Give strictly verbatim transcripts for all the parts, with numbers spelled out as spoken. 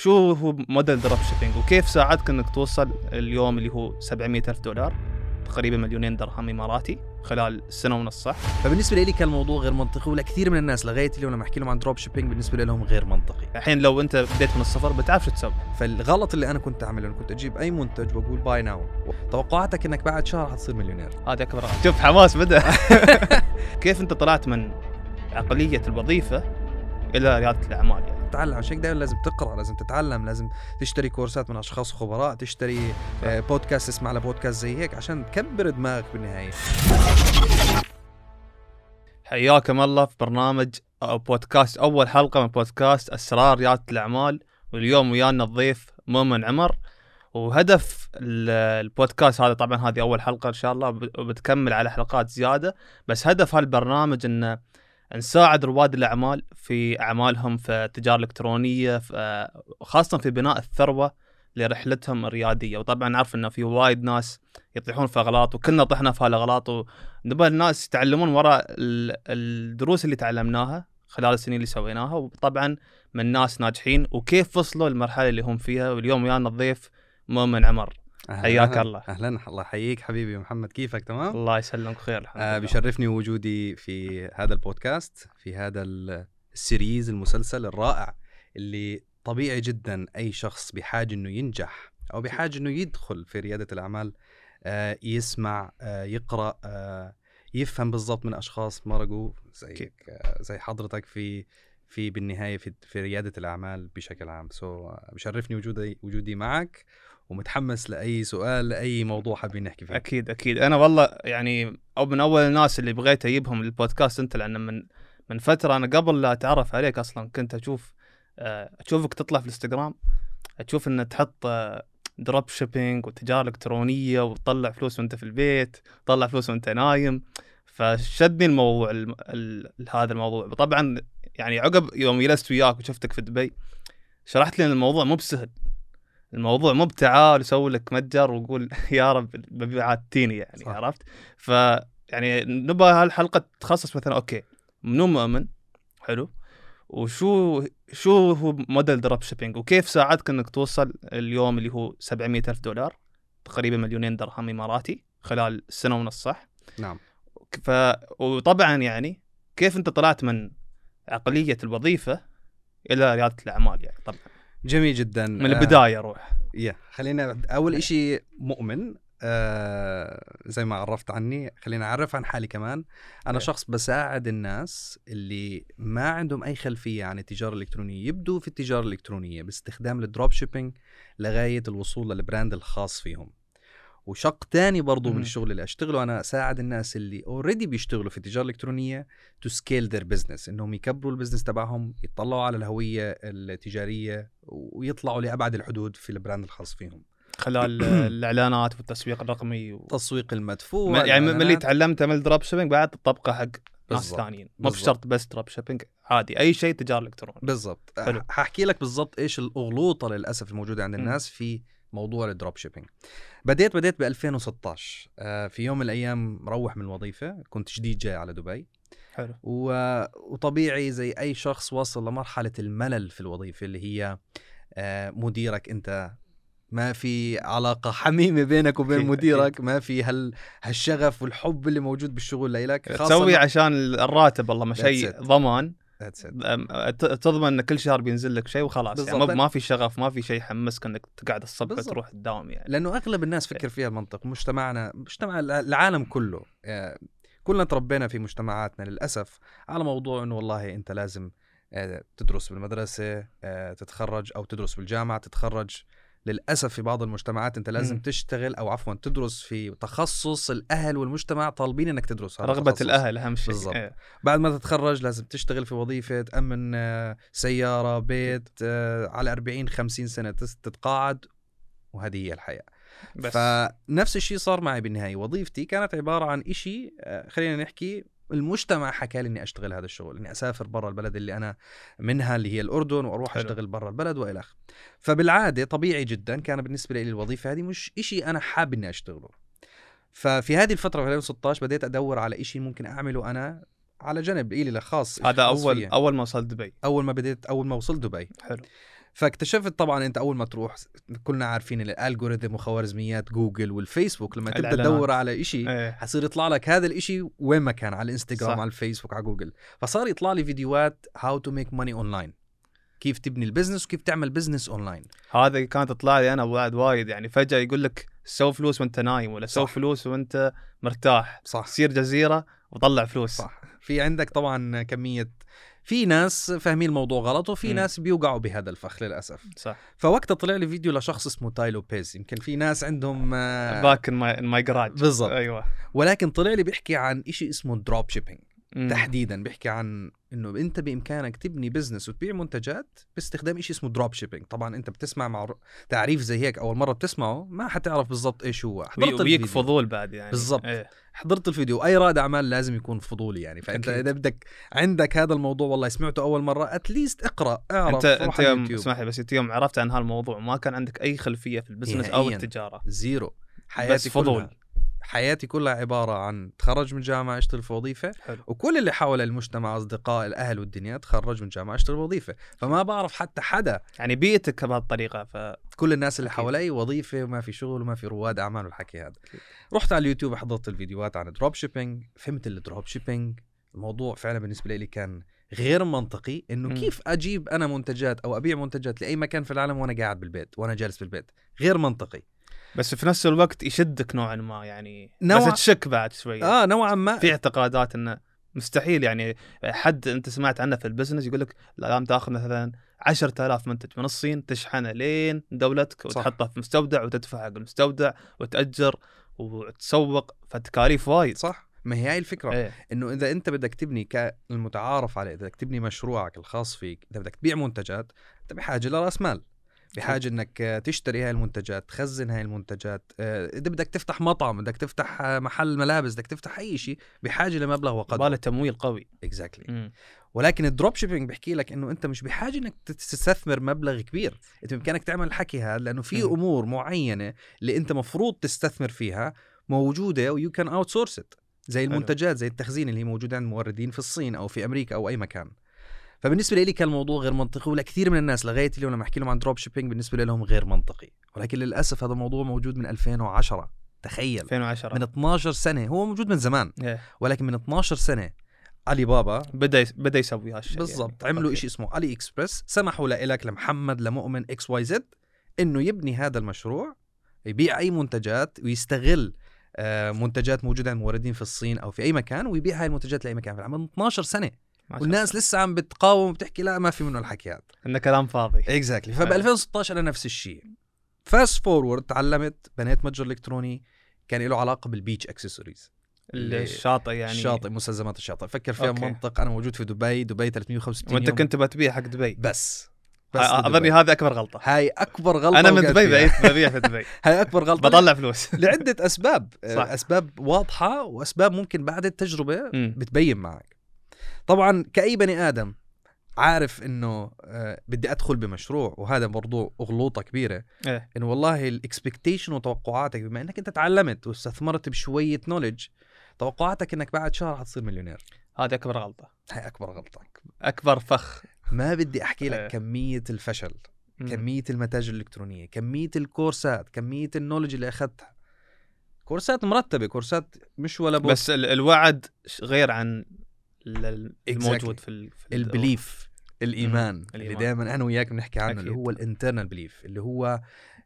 شو هو موديل دروب شيبينج وكيف ساعدك انك توصل اليوم اللي هو سبعمية ألف دولار تقريبا مليونين درهم إماراتي خلال سنة ونص صح؟ فبالنسبة لي كان الموضوع غير منطقي، ولا كثير من الناس لغاية اليوم لما أحكي لهم عن دروب شيبينج بالنسبة لهم غير منطقي. الحين لو أنت بديت من الصفر بتعرف شو تسوي. فالغلط اللي أنا كنت أعمله أنا كنت أجيب أي منتج وأقول باي ناو، توقعاتك إنك بعد شهر حتصير مليونير. هذا أكبر غلط. شوف حماس بدأ. كيف أنت طلعت من عقلية الوظيفة إلى ريادة الأعمال يعني؟ تتعلم، عشان كده لازم تقرأ، لازم تتعلم، لازم تشتري كورسات من أشخاص خبراء، تشتري بودكاست، تسمع على بودكاست زي هيك عشان تكبر دماغك بالنهاية. حياكم الله في برنامج أو بودكاست أول حلقة من بودكاست أسرار ريادة الأعمال، واليوم ويانا الضيف مؤمن عمر. وهدف البودكاست هذا طبعا هذه أول حلقة إن شاء الله وبتكمل على حلقات زيادة، بس هدف هالبرنامج إن نساعد رواد الأعمال في أعمالهم في التجارة الإلكترونية، خاصة في بناء الثروة لرحلتهم الريادية. وطبعا نعرف إنه في وايد ناس يطيحون في أغلاط، وكلنا طحنا في هالأغلاط، ونبغى الناس يتعلمون وراء الدروس اللي تعلمناها خلال السنين اللي سويناها، وطبعا من ناس ناجحين وكيف وصلوا للمرحلة اللي هم فيها. واليوم ويانا الضيف مؤمن عمر. حياك الله. أهلا، الله يحييك حبيبي محمد، كيفك؟ تمام؟ الله يسلمك خير الحمد لله. آه بيشرفني وجودي في هذا البودكاست، في هذا السيريز المسلسل الرائع اللي طبيعي جدا أي شخص بحاجة إنه ينجح أو بحاجة إنه يدخل في ريادة الأعمال آه يسمع، آه يقرأ، آه يفهم بالضبط من أشخاص مرقوا زي آه زي حضرتك في في بالنهاية في في ريادة الأعمال بشكل عام. سو so, بشرفني وجودي وجودي معك، ومتحمس لأي سؤال لأي موضوع حابين نحكي فيه. أكيد أكيد أنا والله يعني أو من أول الناس اللي بغيت أجيبهم للبودكاست أنت، لأن من من فترة أنا قبل لا أتعرف عليك أصلا كنت أشوف أشوفك تطلع في الانستغرام، أشوف إن تحط دروب شيبينج وتجارة إلكترونية وتطلع فلوس وأنت في البيت، تطلع فلوس وأنت نايم، فشدني الموضوع ال ال هذا الموضوع. طبعا يعني عقب يوم جلست وياك وشفتك في دبي شرحت لي إن الموضوع مو بسهل، الموضوع مو بتعال وسوي لك متجر وقول يا رب ببيعاتيني يعني صح. عرفت؟ ف يعني نبغى هالحلقة تخصص مثلا أوكي منو مؤمن حلو، وشو شو هو موديل دروب شيبينج وكيف ساعدك إنك توصل اليوم اللي هو سبعمية ألف دولار تقريبا مليونين درهم إماراتي خلال سنة ونص صح؟ نعم. ف وطبعا يعني كيف أنت طلعت من عقلية الوظيفة إلى ريادة الأعمال يعني. طبعا جميل جدا. من البداية روح يا خلينا أول إشي مؤمن، آه زي ما عرفت عني، خلينا أعرف عن حالي كمان. أنا yeah. شخص بساعد الناس اللي ما عندهم أي خلفية عن التجارة الإلكترونية يبدوا في التجارة الإلكترونية باستخدام الدروب شيبينج لغاية الوصول للبراند الخاص فيهم. وشق تاني برضو mm. من الشغل اللي أشتغله أنا أساعد الناس اللي already بيشتغلوا في التجارة الإلكترونية to scale their business، إنهم يكبروا البزنس تبعهم، يطلعوا على الهوية التجارية ويطلعوا لأبعد الحدود في البراند الخاص فيهم خلال الإعلانات والتسويق الرقمي والتسويق المدفوع. يعني من اللي تعلمته من الدروب شيبينج بعد تطبقه حق ناس ثانيين، مو بشرط بس دروب شيبينج، عادي أي شيء تجارة إلكترونية. بالضبط. هحكي لك بالضبط إيش الأغلوطة للأسف الموجودة عند الناس م. في موضوع الدروب شيبينج. بديت بديت ب ألفين وستة عشر، آه في يوم من الأيام مروح من الوظيفة، كنت جديد جاي على دبي. حلو. وطبيعي زي أي شخص وصل لمرحلة الملل في الوظيفة اللي هي آه مديرك أنت ما في علاقة حميمة بينك وبين مديرك، ما في هال هالشغف والحب اللي موجود بالشغل لإلك، تسوي عشان الراتب والله ما شيء ضمان، تضمن ان كل شهر بينزل لك شيء وخلاص يعني ما في شغف، ما في شيء يحمسك انك تقعد الصبح تروح الدوام يعني. لانه اغلب الناس فكر فيها المنطق، مجتمعنا مجتمع العالم كله يعني كلنا تربينا في مجتمعاتنا للاسف على موضوع انه والله انت لازم تدرس بالمدرسه تتخرج، او تدرس بالجامعه تتخرج. للأسف في بعض المجتمعات أنت لازم م. تشتغل أو عفوا تدرس في تخصص الأهل والمجتمع طالبين أنك تدرس، رغبة التخصص. الأهل أهم شيء. بالضبط. إيه. بعد ما تتخرج لازم تشتغل في وظيفة، تأمن سيارة، بيت، على أربعين خمسين سنة تتقاعد، وهذه هي الحياة. بس. فنفس الشيء صار معي بالنهاية. وظيفتي كانت عبارة عن إشي، خلينا نحكي المجتمع حكى لي إني أشتغل هذا الشغل، إني أسافر برا البلد اللي أنا منها اللي هي الأردن، وأروح حلو. أشتغل برا البلد وإلخ. فبالعادة طبيعي جدا كان بالنسبة لي الوظيفة هذه مش إشي أنا حاب إني أشتغله. ففي هذه الفترة في ألفين وستة عشر بديت أدور على إشي ممكن أعمله أنا على جنب إلي لخاص. هذا أول فيه. أول ما وصلت دبي. أول ما بديت أول ما وصلت دبي. حلو. فاكتشفت طبعا انت اول ما تروح، كلنا عارفين الالجوريثم وخوارزميات جوجل والفيسبوك لما تبدا تدور على إشي ايه. حصير يطلع لك هذا الإشي وين ما كان، على الانستغرام، على الفيسبوك، على جوجل. فصار يطلع لي فيديوهات هاو تو ميك ماني اونلاين، كيف تبني البزنس وكيف تعمل بزنس اونلاين. هذا كانت تطلع لي انا بعد وايد، يعني فجاه يقول لك سوي فلوس وانت نايم، ولا سوي فلوس وانت مرتاح. صح. سير جزيره وطلع فلوس. صح. في عندك طبعا كميه، في ناس فاهمين الموضوع غلط، وفي م. ناس بيوقعوا بهذا الفخ للاسف. صح. فوقتها طلع لي فيديو لشخص اسمه تاي لوبيز، يمكن في ناس عندهم باك ان ماي جراج. بالضبط. ايوه. ولكن طلع لي بيحكي عن إشي اسمه دروب شيبينج تحديدا. بيحكي عن انه انت بامكانك تبني بزنس وتبيع منتجات باستخدام إشي اسمه دروب شيبينج. طبعا انت بتسمع مع تعريف زي هيك اول مره بتسمعه ما حتعرف بالضبط ايش هو. حضرت الفيديو فضول بعد يعني. بالضبط. ايه. حضرت الفيديو. اي رائد اعمال لازم يكون فضولي يعني. فانت اذا بدك عندك هذا الموضوع والله سمعته اول مره، اتليست اقرا اعرف. انت انت يوم اسمح لي بس انت يوم عرفت عن هالموضوع ما كان عندك اي خلفيه في البزنس او التجاره؟ زيرو. حياتي فضول كلها. حياتي كلها عبارة عن تخرج من جامعة اشتغل في وظيفة. حلو. وكل اللي حول المجتمع، أصدقاء، الأهل والدنيا، تخرج من جامعة اشتغل وظيفة. فما بعرف حتى حدا يعني بيئتك بهالطريقة. فكل الناس اللي حوالي وظيفة وما في شغل وما في رواد أعمال والحكي هذا. رحت على اليوتيوب حضرت الفيديوهات عن دروب شيبينج، فهمت الدروب شيبينج. الموضوع فعلا بالنسبة لي كان غير منطقي، إنه م. كيف أجيب أنا منتجات أو أبيع منتجات لأي مكان في العالم وأنا قاعد بالبيت وأنا جالس بالبيت. غير منطقي. بس في نفس الوقت يشدك نوعا ما يعني. نوع... بس تشك بعد شوية. اه نوعا ما في اعتقادات انه مستحيل يعني حد انت سمعت عنه في البزنس يقول لك لا تاخذ مثلا عشرة آلاف منتج من الصين تشحنه لين دولتك وتحطه في مستودع وتدفع حق المستودع وتأجر وتسوق، فتكاليف وايد. صح. ما هي هاي الفكرة. ايه؟ انه اذا انت بدك تبني كالمتعارف عليه، اذا بدك تبني مشروعك الخاص فيك، اذا بدك تبيع منتجات، انت بحاجة لراس مال، بحاجة انك تشتري هاي المنتجات، تخزن هاي المنتجات. اذا بدك تفتح مطعم، بدك تفتح محل ملابس، بدك تفتح اي شيء، بحاجة لمبلغ وقدره. باله تمويل قوي. exactly. ولكن الدروب شيبينج بحكي لك انه انت مش بحاجة انك تستثمر مبلغ كبير. انت بامكانك تعمل الحكي هذا لانه في م. امور معينة اللي انت مفروض تستثمر فيها موجودة ويو كان اوت سورس ات، زي المنتجات، زي التخزين اللي هي موجودة عند موردين في الصين او في امريكا او اي مكان. فبالنسبة لي كان الموضوع غير منطقي، ولا كثير من الناس لغاية اليوم لما أحكي لهم عن دروب شيبينج بالنسبة لهم غير منطقي. ولكن للأسف هذا الموضوع موجود من ألفين وعشرة. تخيل ألفين وعشرة من اثناشر سنة. هو موجود من زمان yeah. ولكن من اثناشر سنة علي بابا بدأ بدأ يسوي هالشيء. بالضبط. يعني. عملوا إشي اسمه علي إكسبرس، سمحوا لك لمحمد لمؤمن إكس واي زد إنه يبني هذا المشروع، يبيع أي منتجات ويستغل منتجات موجودة عند موردين في الصين أو في أي مكان، ويبيع هاي المنتجات لأي مكان في العالم. من اثناشر سنة والناس لسه عم بتقاوم وبتحكي لا ما في منه الحكي هذا، انه كلام فاضي. اكزاكتلي. فب ألفين وستة عشر انا نفس الشيء. فاست فورورد تعلمت، بنيت متجر الكتروني كان له علاقه بالبيتش اكسسوارز، الشاطئ يعني الشاطئ، مستلزمات الشاطئ. فكر فيها منطق، انا موجود في دبي، دبي ثلاثمية وخمسة وستين وانت يوم. كنت بتبيع حق دبي بس اظني هذه اكبر غلطه. هاي اكبر غلطه. انا من دبي بعيد ببيع في دبي. هاي اكبر غلطه. بطلع فلوس لعده اسباب. صح. اسباب واضحه واسباب ممكن بعد التجربه م. بتبين معك. طبعا كأي بني آدم عارف إنه آه بدي أدخل بمشروع، وهذا برضو أغلوطة كبيرة. إيه؟ إنه والله الإكسبكتيشن وتوقعاتك، بما إنك أنت تعلمت واستثمرت بشوية نوليدج، توقعاتك إنك بعد شهر هتصير مليونير. هذا أكبر غلطة. هاي أكبر غلطة، أكبر فخ. ما بدي أحكي لك. إيه؟ كمية الفشل، م. كمية المتاجر الإلكترونية، كمية الكورسات، كمية النوليدج اللي أخذتها. كورسات مرتبة، كورسات مش ولا بوت. بس الوعد غير عن الموجود في, ال... في البليف، الإيمان. الإيمان اللي دائما أنا وياك بنحكي عنه، اللي هو الانترنال بليف، اللي هو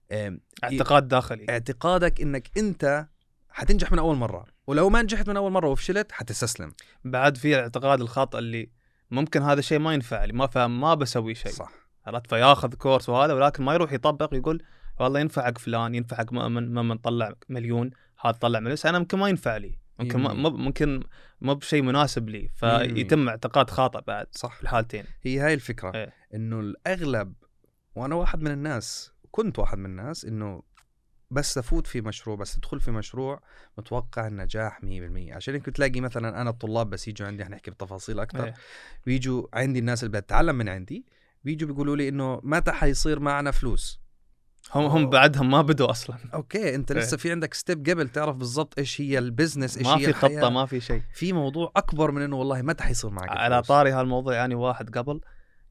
اعتقاد داخلي. اعتقادك إنك أنت حتنجح من أول مرة، ولو ما نجحت من أول مرة وفشلت حتستسلم. بعد في الاعتقاد الخاطئ اللي ممكن هذا الشيء ما ينفع لي، ما فهم، ما بسوي شيء. صح. عرفت؟ فياخذ كورس وهذا، ولكن ما يروح يطبق، يقول والله ينفع حق فلان، ينفع حق مؤمن، مؤمن طلع مليون، هذا طلع مليون، أنا ممكن ما ينفع لي، ممكن ما ممكن ما بشيء مناسب لي، فيتم اعتقاد خاطئ بعد. صح. في الحالتين هي هاي الفكرة. ايه؟ إنه الأغلب، وأنا واحد من الناس، كنت واحد من الناس، إنه بس أفوت في مشروع، بس أدخل في مشروع متوقع النجاح مية بالمية. عشان إنك تلاقي مثلا أنا الطلاب بس يجوا عندي، هنحكي بالتفاصيل أكتر. ايه؟ بيجوا عندي الناس اللي بتتعلم من عندي، بيجوا بيقولوا لي إنه متى حيصير معنا فلوس. هم هم بعدهم ما بدوا اصلا. اوكي انت لسه ايه؟ في عندك ستيب قبل تعرف بالضبط ايش هي البزنس، ايش هي الحياة. ما في خطه، ما في شيء، في موضوع اكبر من انه والله متى حيصير معك على الفلوس. طاري هالموضوع يعني واحد قبل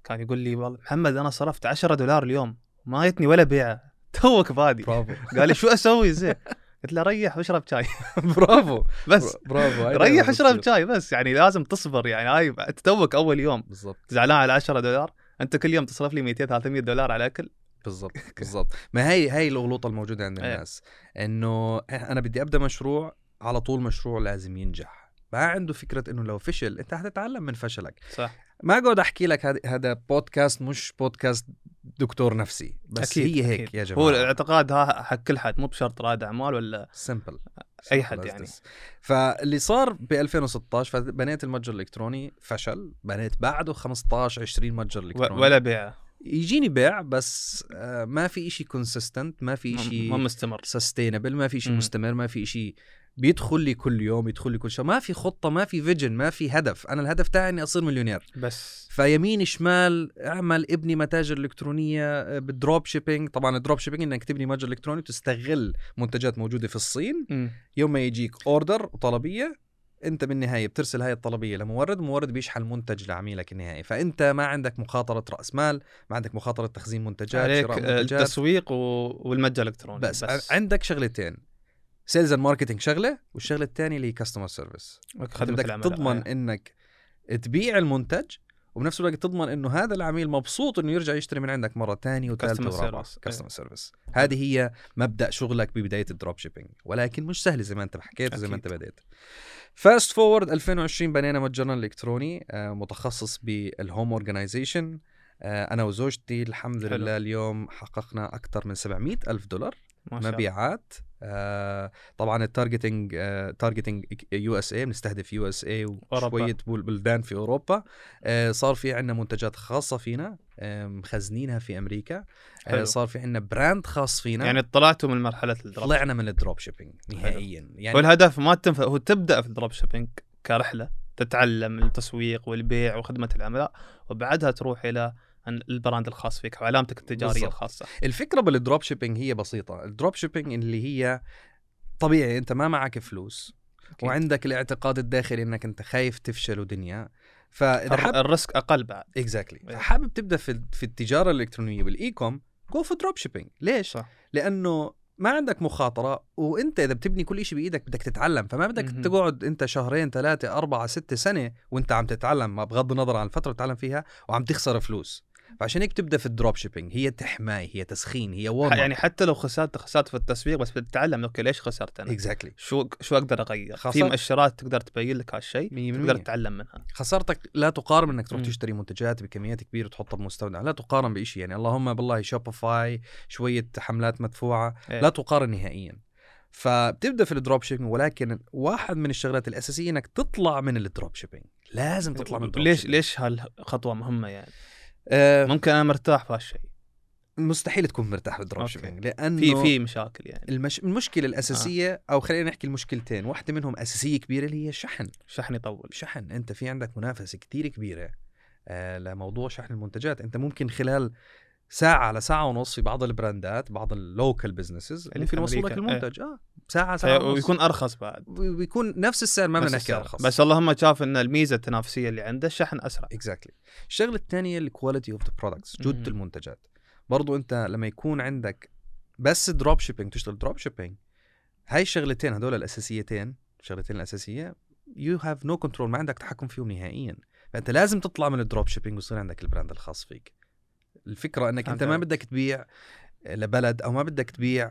كان يقول لي والله محمد انا صرفت عشرة دولار اليوم ما جتني ولا بيعه توك بادي. برافو. قال لي شو اسوي زين؟ قلت له ريح واشرب شاي. برافو بس برافو ريح اشرب شاي بس، يعني لازم تصبر، يعني هاي انت توك اول يوم بالضبط زعلان على عشرة دولار، انت كل يوم تصرف لي مئتين ثلاثمية دولار على اكل. بالضبط بالضبط. ما هي هي الغلطه الموجوده عند الناس، انه انا بدي ابدا مشروع على طول، مشروع لازم ينجح، ما عنده فكره انه لو فشل انت هتتعلم من فشلك. صح. ما اقعد احكي لك هذا هذا بودكاست مش بودكاست دكتور نفسي، بس أكيد هي هيك أكيد. يا جماعه. هو الاعتقاد ها حق كل حد، مو بشرط رائد اعمال ولا سمبل اي حد يعني. فاللي صار ب ألفين وستة عشر فبنيت المتجر الالكتروني، فشل، بنيت بعده خمسطعش عشرين متجر الكتروني ولا بيعه، يجيني بيع بس آه ما في إشي كونسيستنت، ما في إشي ما مستمر سستينبل، ما في إشي مم. مستمر، ما في إشي بيدخل لي كل يوم، يدخل لي كل شيء، ما في خطة، ما في فيجن، ما في هدف. أنا الهدف تاعي إني أصير مليونير بس. فيمين شمال اعمل ابني متاجر الكترونيه بالدروب شيبينج. طبعا الدروب شيبينج انك تبني متجر الكتروني وتستغل منتجات موجوده في الصين. م. يوم ما يجيك اوردر وطلبيه انت بالنهايه بترسل هاي الطلبيه لمورد، مورد بيشحن منتج لعميلك النهائي، فانت ما عندك مخاطره راس مال، ما عندك مخاطره تخزين منتجات، عليك شراء منتجات، التسويق و... والمتجر الالكتروني بس, بس. عندك شغلتين، سيلز اند ماركتينج شغله، والشغله الثانيه اللي هي كاستمر سيرفيس. بدك تضمن آه. انك تبيع المنتج وبنفس الوقت تضمن انه هذا العميل مبسوط انه يرجع يشتري من عندك مره ثانيه وثالثه ورابعه. كاستمر سيرفيس هذه هي مبدا شغلك ببدايه الدروب شيبينج، ولكن مش سهل زي ما انت حكيت وزي ما انت بديت. فاست فورورد ألفين وعشرين بنينا متجرنا الالكتروني متخصص بالهوم اورجانيزيشن. انا وزوجتي الحمد حلو. لله اليوم حققنا اكثر من سبعمية ألف دولار مبيعات. آه طبعا التارجتنج آه تارجتنج يو اس اي، بنستهدف يو اس اي وشويه بلدان في اوروبا. آه صار في عندنا منتجات خاصه فينا آه مخزنينها في امريكا. آه صار في عندنا براند خاص فينا. يعني طلعتوا من مرحله الدروب، طلعنا من الدروب شيبينج نهائيا. يعني والهدف ما تنفع هو تبدا في الدروب شيبينج كرحله تتعلم التسويق والبيع وخدمه العملاء، وبعدها تروح الى البراند الخاص فيك وعلامتك التجاريه بالزبط. الخاصه. الفكره بالدروب شيبينج هي بسيطه. الدروب شيبينج اللي هي طبيعي انت ما معك فلوس أكيد. وعندك الاعتقاد الداخلي انك انت خايف تفشل ودنيا، فاذا حاب... الريسك اقل بعد. اكزاكتلي exactly. فحابب تبدا في في التجاره الالكترونيه بالاي كوم، جو في دروب شيبينج. ليش؟ صح. لانه ما عندك مخاطره، وانت اذا بتبني كل شيء بايدك بدك تتعلم، فما بدك م-م. تقعد انت شهرين ثلاثه اربعه ستة سنه وانت عم تتعلم، بغض النظر عن الفتره تتعلم فيها، وعم تخسر فلوس. فعشان هيك تبدا في الدروب شيبينج، هي تحماي، هي تسخين، هي وورم. يعني حتى لو خسرت خسرت في التسويق بس بتتعلم اوكي ليش خسرت انا اكزاكتلي exactly. شو شو اقدر اغير خسر... في مؤشرات تقدر تبين لك هالشيء تقدر تتعلم منها. خسارتك لا تقارن انك تروح م. تشتري منتجات بكميات كبيره وتحطها بمستودع، لا تقارن بشيء. يعني اللهم بالله شوبيفاي شويه حملات مدفوعه إيه. لا تقارن نهائيا. فبتبدا في الدروب شيبينج، ولكن واحد من الشغلات الاساسيه انك تطلع من الدروب شيبينج، لازم تطلع من الدروب ليش شيبينج. ليش هالخطوه مهمه يعني؟ أه ممكن انا مرتاح في هالشيء، مستحيل تكون مرتاح بالدروب شيبينج لانه في في مشاكل. يعني المش... المشكله الاساسيه آه. او خلينا نحكي المشكلتين، واحده منهم اساسيه كبيره اللي هي الشحن. شحن يطول. شحن انت في عندك منافسه كتير كبيره آه لموضوع شحن المنتجات. انت ممكن خلال ساعه على ساعه ونص في بعض البراندات بعض اللوكال بزنسز ممكن يوصل لك المنتج اه ساعه ساعه ونص، ويكون ارخص بعد، ويكون نفس السعر، ما بدنا نحكي ارخص، بس اللهم شاف ان الميزه التنافسيه اللي عنده الشحن اسرع. اكزاكتلي exactly. الشغله الثانيه الكواليتي اوف ذا برودكتس، جوده المنتجات. برضو انت لما يكون عندك بس دروب شيبينج، تشتغل دروب شيبينج، هاي الشغلتين هدول الاساسيتين، الشغلتين الاساسيه يو هاف نو كنترول، ما عندك تحكم فيهم نهائيا. فانت لازم تطلع من الدروب شيبينج ويصير عندك البراند الخاص فيك. الفكره انك انت ما بدك تبيع لبلد او ما بدك تبيع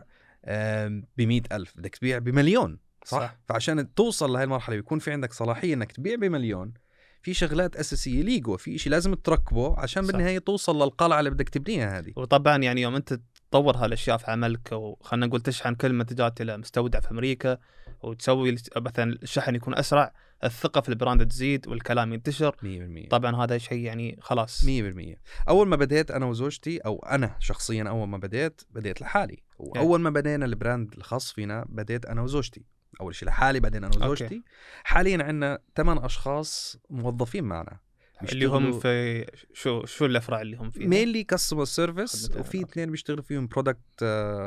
بمئة ألف، بدك تبيع بمليون، صح؟, صح. فعشان توصل لهي المرحله بيكون في عندك صلاحيه انك تبيع بمليون، في شغلات أساسية ليجو، في إشي لازم تركبه عشان بالنهاية توصل للقلعة اللي بدك تبنيها هذه. وطبعا يعني يوم أنت تطور هالأشياء في عملك، وخلنا نقول تشحن كل منتجات إلى مستودع في أمريكا، وتسوي مثلا الشحن يكون أسرع، الثقة في البراند تزيد والكلام ينتشر مية بالمية. طبعا هذا شيء يعني خلاص مية بالمية. أول ما بديت أنا وزوجتي، أو أنا شخصيا أول ما بديت بديت لحالي، وأول ما بدينا البراند الخاص فينا بديت أنا وزوجتي. أول شيء لحالي بعدين أنا وزوجتي. أوكي. حاليا عندنا ثمان أشخاص موظفين معنا اللي هم في شو شو الأفرع اللي هم فيها؟ مينلي كاستمر سيرفيس، وفي اثنين بيشتغلوا فيهم برودكت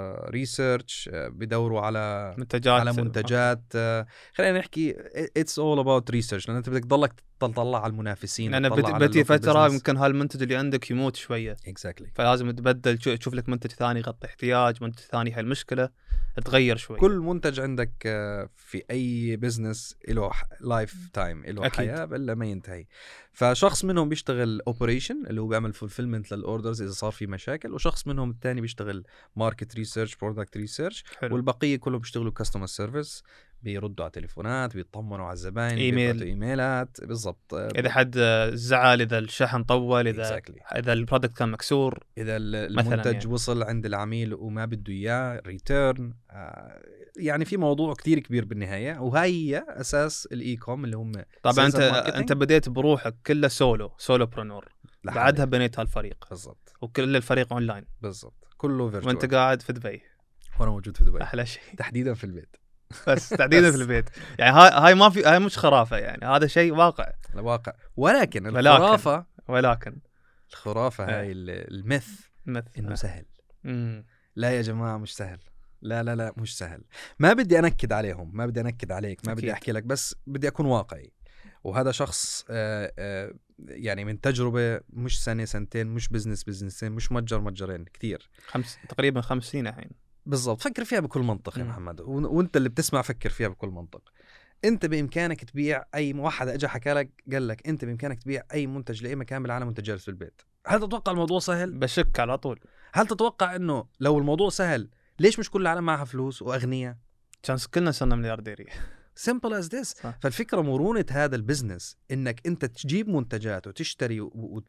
ريسيرش، بدوروا على منتجات على منتجات. خلينا نحكي اتس اول اباوت ريسيرش، لأن أنت بدك تضلك تطلع على المنافسين. لأن بت- بتي فترة يمكن هالمنتج اللي عندك يموت شوية. exactly. فلازم تبدل، تشوف لك منتج ثاني يغطي احتياج، منتج ثاني يحل مشكلة، تغير شوية. كل منتج عندك في أي بزنس له لايف تايم، له حياة إلا ما ينتهي. فشخص منهم بيشتغل اوبريشن اللي هو بيعمل فولفيلمنت للأوردرز إذا صار في مشاكل، وشخص منهم الثاني بيشتغل ماركت ريسيرش، برودكت ريسيرش، والبقية كلهم بيشتغلوا كاستمر سيرفيس، بيردوا على تليفونات، بيطمنوا على الزباين، إيميل، إيميلات. بالضبط. إذا حد زعل، إذا الشحن طول، إذا exactly. إذا البرودكت كان مكسور، إذا المنتج يعني وصل عند العميل وما بده إياه ريتيرن. آه يعني في موضوع كتير كبير بالنهاية، وهي هي أساس الإي كوم اللي هم. طبعا أنت أنت بديت بروحك كله سولو سولو برونور، بعدها بنيت هالفريق. بالضبط. وكل الفريق أونلاين. بالضبط. كله فيرتوال. وأنت قاعد في دبي. وأنا موجود في دبي. أحلى شيء. تحديدا في البيت. بس تحديدا في البيت. يعني هاي هاي ما في، هاي مش خرافة، يعني هذا شيء واقع. الواقع. ولكن الخرافة ولكن الخرافة هاي الميث إنه سهل. مم. لا يا جماعة مش سهل. لا لا لا مش سهل. ما بدي أنكد عليهم، ما بدي أنكد عليك، ما أكيد. بدي أحكي لك، بس بدي أكون واقعي. وهذا شخص آآ آآ يعني من تجربة، مش سنة سنتين، مش بزنس بزنسين، مش متجر متجرين، كتير. خمس تقريبا خمسين الحين. بالضبط. فكر فيها بكل منطق يا محمد، وانت اللي بتسمع فكر فيها بكل منطق. انت بامكانك تبيع اي واحد اجى حكى لك قال لك انت بامكانك تبيع اي منتج لاي مكان بالعالم وانت جالس في البيت. هل تتوقع الموضوع سهل؟ بشك على طول. هل تتوقع انه لو الموضوع سهل ليش مش كل العالم معها فلوس واغنياء؟ كان كلنا صرنا مليارديري. simple as this. فالفكرة مرونة هذا البزنس انك انت تجيب منتجات وتشتري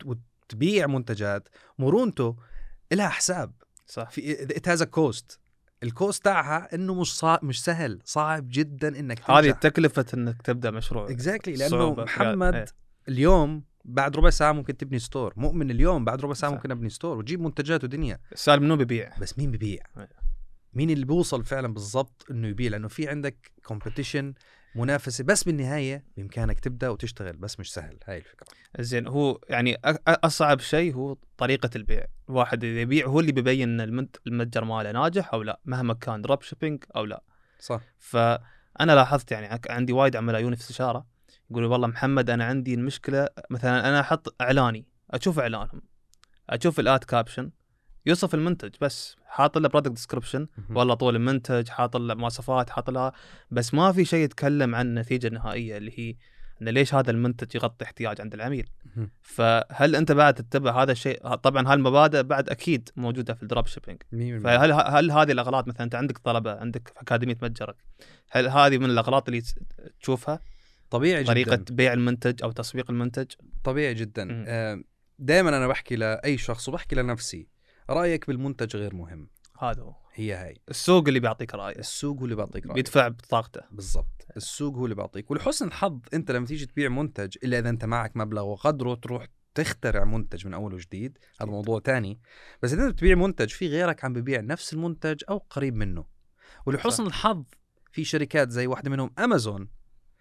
وتبيع منتجات، مرونته لها حساب. صح. في it has a cost. الكوست تاعها انه مش صعب، مش سهل، صعب جدا انك تنجح. هذه تكلفة انك تبدا مشروع. exactly. لانه محمد ايه. اليوم بعد ربع ساعة ممكن تبني ستور، مؤمن اليوم بعد ربع ساعة صح. ممكن ابني ستور وتجيب منتجات ودنيا. السؤال منو بيبيع؟ بس مين بيبيع؟ ايه. مين اللي بيوصل فعلا بالضبط انه يبيع؟ لانه في عندك كومبيتيشن، منافسة، بس بالنهاية بإمكانك تبدأ وتشتغل، بس مش سهل. هاي الفكرة. زين، هو يعني أصعب شيء هو طريقة البيع. الواحد اللي يبيع هو اللي بيبين إن المتجر ماله ناجح أو لا، مهما كان دروب شيبينج أو لا. صح. فأنا لاحظت يعني عندي وايد عملاء يجوني في استشارة يقولوا والله محمد أنا عندي المشكلة، مثلا أنا أحط إعلاني، أشوف إعلانهم، أشوف الآد كابشن يوصف المنتج، بس حاط له برودكت ديسكريبشن، والله طول المنتج، حاط له مواصفات، حاط لها، بس ما في شيء يتكلم عن النتيجة النهائية اللي هي إن ليش هذا المنتج يغطي احتياج عند العميل. فهل أنت بعد تتبع هذا الشيء؟ طبعا هالمبادئ بعد أكيد موجودة في الدروب شيبينج. فهل هل هذه الأغلاط، مثلا أنت عندك طلبة عندك في أكاديمية متجرك، هل هذه من الأغلاط اللي تشوفها؟ طبيعي جدا. طريقة بيع المنتج أو تسويق المنتج. طبيعي جدا. آه دائما أنا بحكي لأي شخص وبحكي لنفسي، رأيك بالمنتج غير مهم. هذا هو. هي هاي السوق اللي بيعطيك رأيه. السوق هو اللي بيعطيك رأيه، بيدفع بطاقته. بالضبط. السوق هو اللي بيعطيك. ولحسن الحظ انت لما تيجي تبيع منتج، الا اذا انت معك مبلغ وقدره تروح تخترع منتج من اول وجديد، هذا موضوع تاني. بس اذا انت بتبيع منتج في غيرك عم ببيع نفس المنتج او قريب منه، ولحسن الحظ في شركات زي واحدة منهم امازون،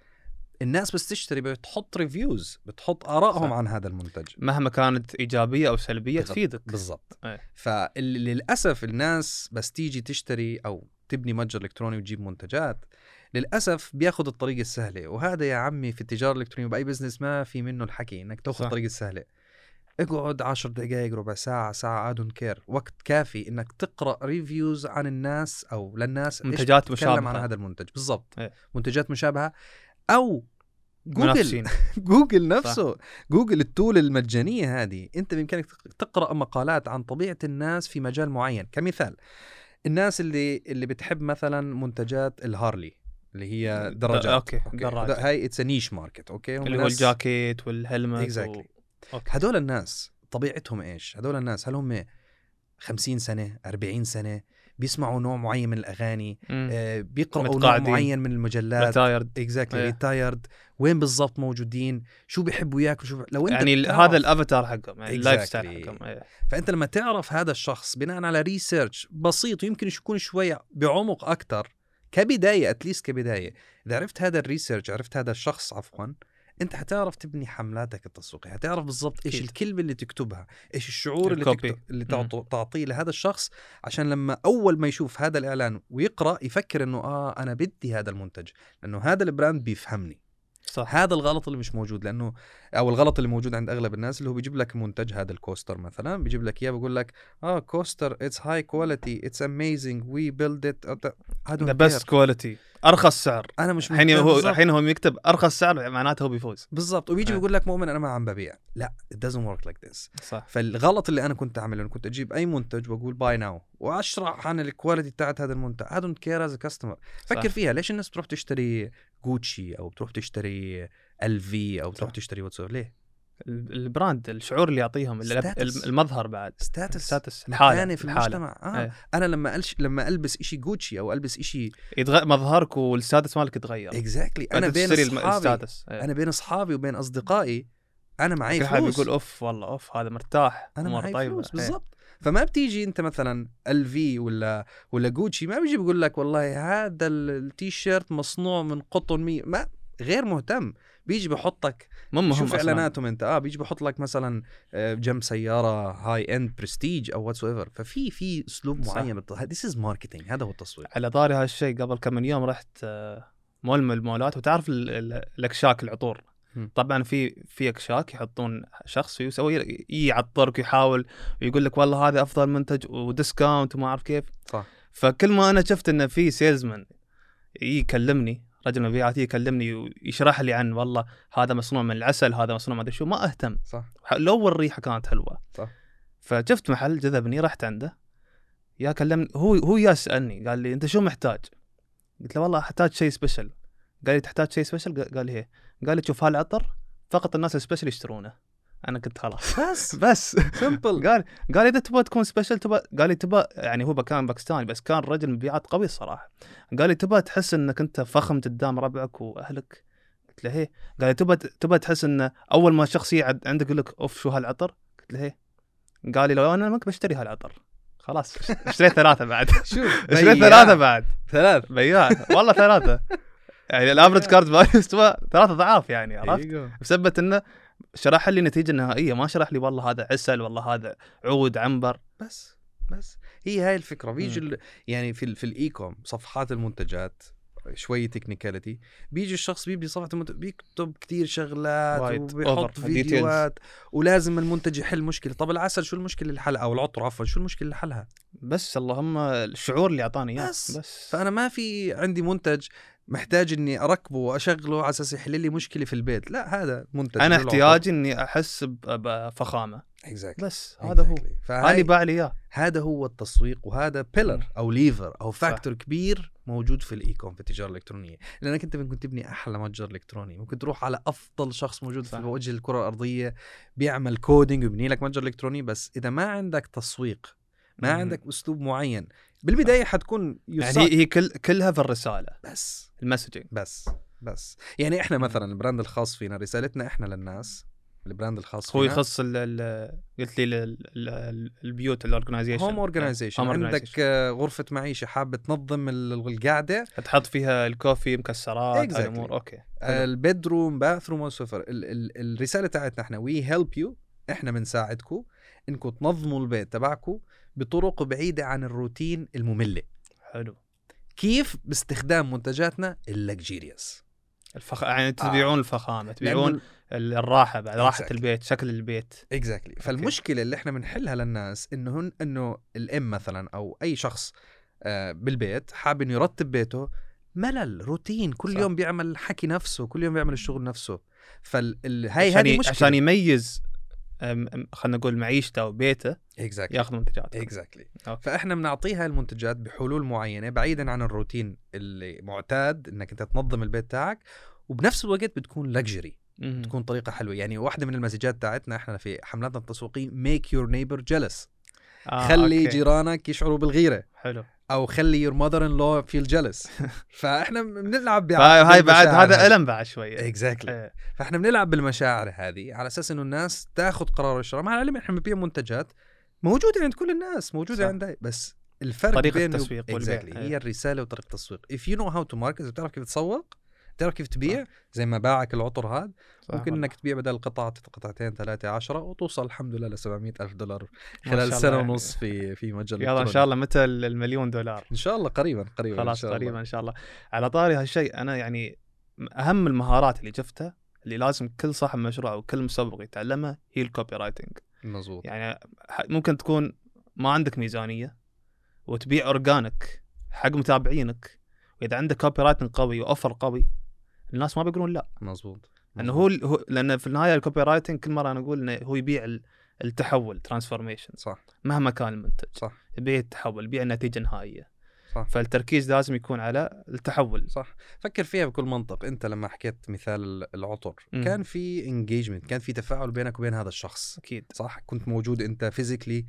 الناس بس تشتري بتحط ريفيوز، بتحط آرائهم عن هذا المنتج مهما كانت إيجابية أو سلبية تفيدك. بالضبط. فللأسف الناس بس تيجي تشتري أو تبني متجر إلكتروني وتجيب منتجات، للأسف بياخد الطريقة السهلة. وهذا يا عمي في التجارة الإلكترونية بأي بزنس ما في منه الحكي إنك تأخذ الطريقة السهلة. اقعد عشر دقائق، ربع ساعة، ساعة، I don't care، وقت كافي إنك تقرأ ريفيوز عن الناس أو للناس منتجات مشابهة عن هذا المنتج. بالضبط. ايه. منتجات مشابهة أو جوجل جوجل نفسه. صح. جوجل التول المجانية هذه انت بإمكانك تقرأ مقالات عن طبيعة الناس في مجال معين. كمثال الناس اللي اللي بتحب مثلا منتجات الهارلي اللي هي دراجات. اوكي, أوكي. هاي اتس نيش ماركت. اوكي اللي هو الجاكيت والهلمت exactly. و... هدول الناس طبيعتهم ايش؟ هدول الناس هل هم خمسين سنة أربعين سنة بيسمعوا نوع معين من الأغاني، آه بيقرأوا نوع معين من المجلات، ريتايرد اكزاكتلي ريتايرد، وين بالضبط موجودين، شو بيحبوا ياكلوا، شو لو انت يعني هذا الافاتار حقهم، يعني اللايف ستايل حقهم. ايه. فانت لما تعرف هذا الشخص بناء على ريسيرش بسيط ويمكن يكون شويه بعمق اكثر كبدايه، اتليست كبدايه، اذا عرفت هذا الريسيرش، عرفت هذا الشخص عفوا، انت حتعرف تبني حملاتك التسويقيه، حتعرف بالضبط ايش الكلمه اللي تكتبها، ايش الشعور اللي تكتب... اللي تعطيه لهذا الشخص، عشان لما اول ما يشوف هذا الاعلان ويقرا يفكر انه اه انا بدي هذا المنتج، لانه هذا البراند بيفهمني. صح. هذا الغلط اللي مش موجود، لانه او الغلط اللي موجود عند اغلب الناس اللي هو بيجيب لك منتج، هذا الكوستر مثلا بيجيب لك اياه بيقول لك اه كوستر اتس هاي كواليتي اتس اميزنج وي بيلد ات ذا بيست كواليتي، ارخص سعر. انا مش الحين هو الحين هو يكتب ارخص سعر معناته هو بيفوز بالضبط، وبيجي آه. بيقول لك مؤمن انا ما عم ببيع. لا it doesn't work like this. صح. فالغلط اللي انا كنت اعمله انه كنت اجيب اي منتج واقول باي ناو واشرح عن الكواليتي بتاعت هذا المنتج. I don't care as a customer. فكر فيها، ليش الناس بتروح تشتري غوتشي او بتروح تشتري ال في او بتروح تشتري واتساب؟ ليه؟ البراند، الشعور اللي يعطيهم، المظهر بعد ستاتس ستاتس الحالة في المجتمع. آه. ايه. انا لما ألش... لما البس إشي غوتشي او البس إشي يتغير مظهرك والستاتس مالك يتغير. اكزاكتلي exactly. انا بين اصحابي ايه. انا بين اصحابي وبين اصدقائي انا معي فلوس، كل بيقول اوف والله اوف هذا مرتاح، انا معي طيبة. فلوس بالضبط. فما بتيجي انت مثلا ال في ولا ولا غوتشي ما بيجي بيقول لك والله هذا التي شيرت مصنوع من قطن مية، ما غير مهتم. بيجي بحطك شوف اعلاناتهم انت اه بيجي بحط لك مثلا جنب سياره هاي اند برستيج او واتس ايفر. ففي في اسلوب معين بالط... This is marketing. هذا هو التسويق. على طاري هالشيء، قبل كم من يوم رحت مول من المولات، وتعرف الاكشاك العطور م. طبعا في في اكشاك يحطون شخص يسوي يعطرك ويحاول ويقول لك والله هذا افضل منتج وديسكاونت وما اعرف كيف. صح. فكل ما انا شفت انه في سيلزمان يكلمني، رجل مبيعات يكلمني ويشرح لي عن والله هذا مصنوع من العسل، هذا مصنوع ما شو، ما اهتم. صح. لو الريحه كانت حلوه. صح. فشفت محل جذبني، رحت عنده، يا كلمني هو هو يسالني قال لي انت شو محتاج؟ قلت له والله احتاج شيء سبيشل. قال لي تحتاج شيء سبيشل؟ قال لي هي. قال لي شوف هالعطر فقط الناس السبيشل يشترونه. انا كنت خلاص بس بس سمبل. قال قال اذا تبغى تكون سبيشل تبغى، قال لي تبغى، يعني هو كان باكستاني بس كان رجل مبيعات قوي الصراحه. قال لي تبغى تحس انك انت فخم قدام ربعك واهلك؟ قلت له هي. قال لي تبغى تبغى تحس ان اول ما شخص يقعد عندك يقول لك اوف شو هالعطر؟ قلت له هي. قال لي لو انا ما بشتري هالعطر خلاص اشتريت ثلاثه بعد. شوف اشتريت ثلاثه بعد ثلاث بياع والله ثلاثه. يعني الافرج كارد فاليو استوى ثلاثة ضعاف يعني، عرفت؟ بسبب انه شرح لي النتيجه النهائيه، ما شرح لي والله هذا عسل والله هذا عود عنبر. بس بس هي هاي الفكره. بيجي يعني في في الايكوم صفحات المنتجات شويه تكنيكاليتي، بيجي الشخص بيبني صفحه المنتج بيكتب كتير شغلات وبيحط فيديوهات ولازم المنتج يحل مشكله. طب العسل شو المشكله اللي حلها؟ او العطر عفوا شو المشكله اللي حلها؟ بس اللهم الشعور اللي اعطاني اياه. بس. بس فانا ما في عندي منتج محتاج اني اركبه واشغله على اساس يحل لي مشكله في البيت. لا، هذا منتج انا احتياجي اني احس بفخامه. exactly. بس هذا exactly. هو هاني باع لي اياه. هذا هو التسويق، وهذا بيلر او ليفر او فاكتور كبير موجود في الايكوم في التجاره الالكترونيه. لانك انت ممكن تبني احلى متجر الكتروني، ممكن تروح على افضل شخص موجود صح. في وجه الكره الارضيه بيعمل كودينج ويبني لك متجر الكتروني، بس اذا ما عندك تسويق، ما مم. عندك اسلوب معين بالبدايه حتكون يعني هي كل كلها في الرساله، بس المسجنج بس بس يعني احنا مثلا البراند الخاص فينا، رسالتنا احنا للناس، البراند الخاص فينا هو يخص ال ال قلت لي البيوت الاورجنايزيشن، هوم اورجنايزيشن. عندك غرفه معيشه حابه تنظم القعده، تحط فيها الكوفي، مكسرات، exactly. الامور اوكي، البيدروم، باثروم وسفر. الرساله تاعتنا احنا وي هيلب يو، احنا بنساعدكم انكم تنظموا البيت تبعكم بطرق بعيده عن الروتين الممله. حلو. كيف؟ باستخدام منتجاتنا اللكجيريوس، الفخ... يعني تبيعون آه. الفخامه، تبيعون الراحه بعد راحه exactly. البيت، شكل البيت. اكزاكتلي exactly. فالمشكله اللي احنا بنحلها للناس انه هن انه الام مثلا او اي شخص آه بالبيت حابب انه يرتب بيته، ملل، روتين، كل صح. يوم بيعمل حكي نفسه، كل يوم بيعمل الشغل نفسه. فهي هذه مشكله عشان يميز خلينا نقول معيشته وبيته exactly. ياخذ منتجات exactly. فاحنا بنعطيها المنتجات بحلول معينه بعيدا عن الروتين اللي معتاد انك انت تنظم البيت تاعك، وبنفس الوقت بتكون لكجري، تكون طريقه حلوه. يعني واحده من المسجات تاعتنا احنا في حملاتنا التسويقيه make your neighbor jealous، آه، خلي أوكي. جيرانك يشعروا بالغيره. حلو. او خلي your mother in law feel jealous. فاحنا بنلعب هاي بعد هذا ألم بعد شويه. exactly. فاحنا بنلعب بالمشاعر هذه على اساس انه الناس تاخذ قرار الشراء، مع العلم احنا بنبيع منتجات موجوده عند كل الناس، موجوده عندها، بس الفرق طريقه التسويق exactly. هي الرساله وطريقه التسويق. if you know how to market، اذا بتعرف كيف تسوق، تعرف كيف تبيع، زي ما باعك العطر هذا، ممكن انك تبيع بدل القطعه قطعتين ثلاثه عشرة وتوصل الحمد لله ل سبعمية ألف دولار خلال سنه يعني. ونص في في مجال يلا ان شاء الله متى المليون دولار؟ ان شاء الله قريبا قريبا خلاص، قريبا ان شاء الله. على طاري هالشيء، انا يعني اهم المهارات اللي شفتها اللي لازم كل صاحب مشروع او كل مسوق يتعلمها هي الكوبي رايتنج. مظبوط. يعني ممكن تكون ما عندك ميزانيه وتبيع اورجانيك حق متابعينك، واذا عندك كوبي رايتنج قوي واوفر قوي الناس ما بيقولون لا. مظبوط. انه هو هو لان في النهايه الكوبي رايتنج كل مره انا اقول انه هو يبيع التحول ترانسفورميشن. صح. مهما كان المنتج صح. يبيع التحول، يبيع النتيجه النهائيه. صح. فالتركيز لازم يكون على التحول. صح. فكر فيها بكل منطق. انت لما حكيت مثال العطر م. كان في انجيجمنت، كان في تفاعل بينك وبين هذا الشخص. اكيد. صح. كنت موجود انت فيزيكلي،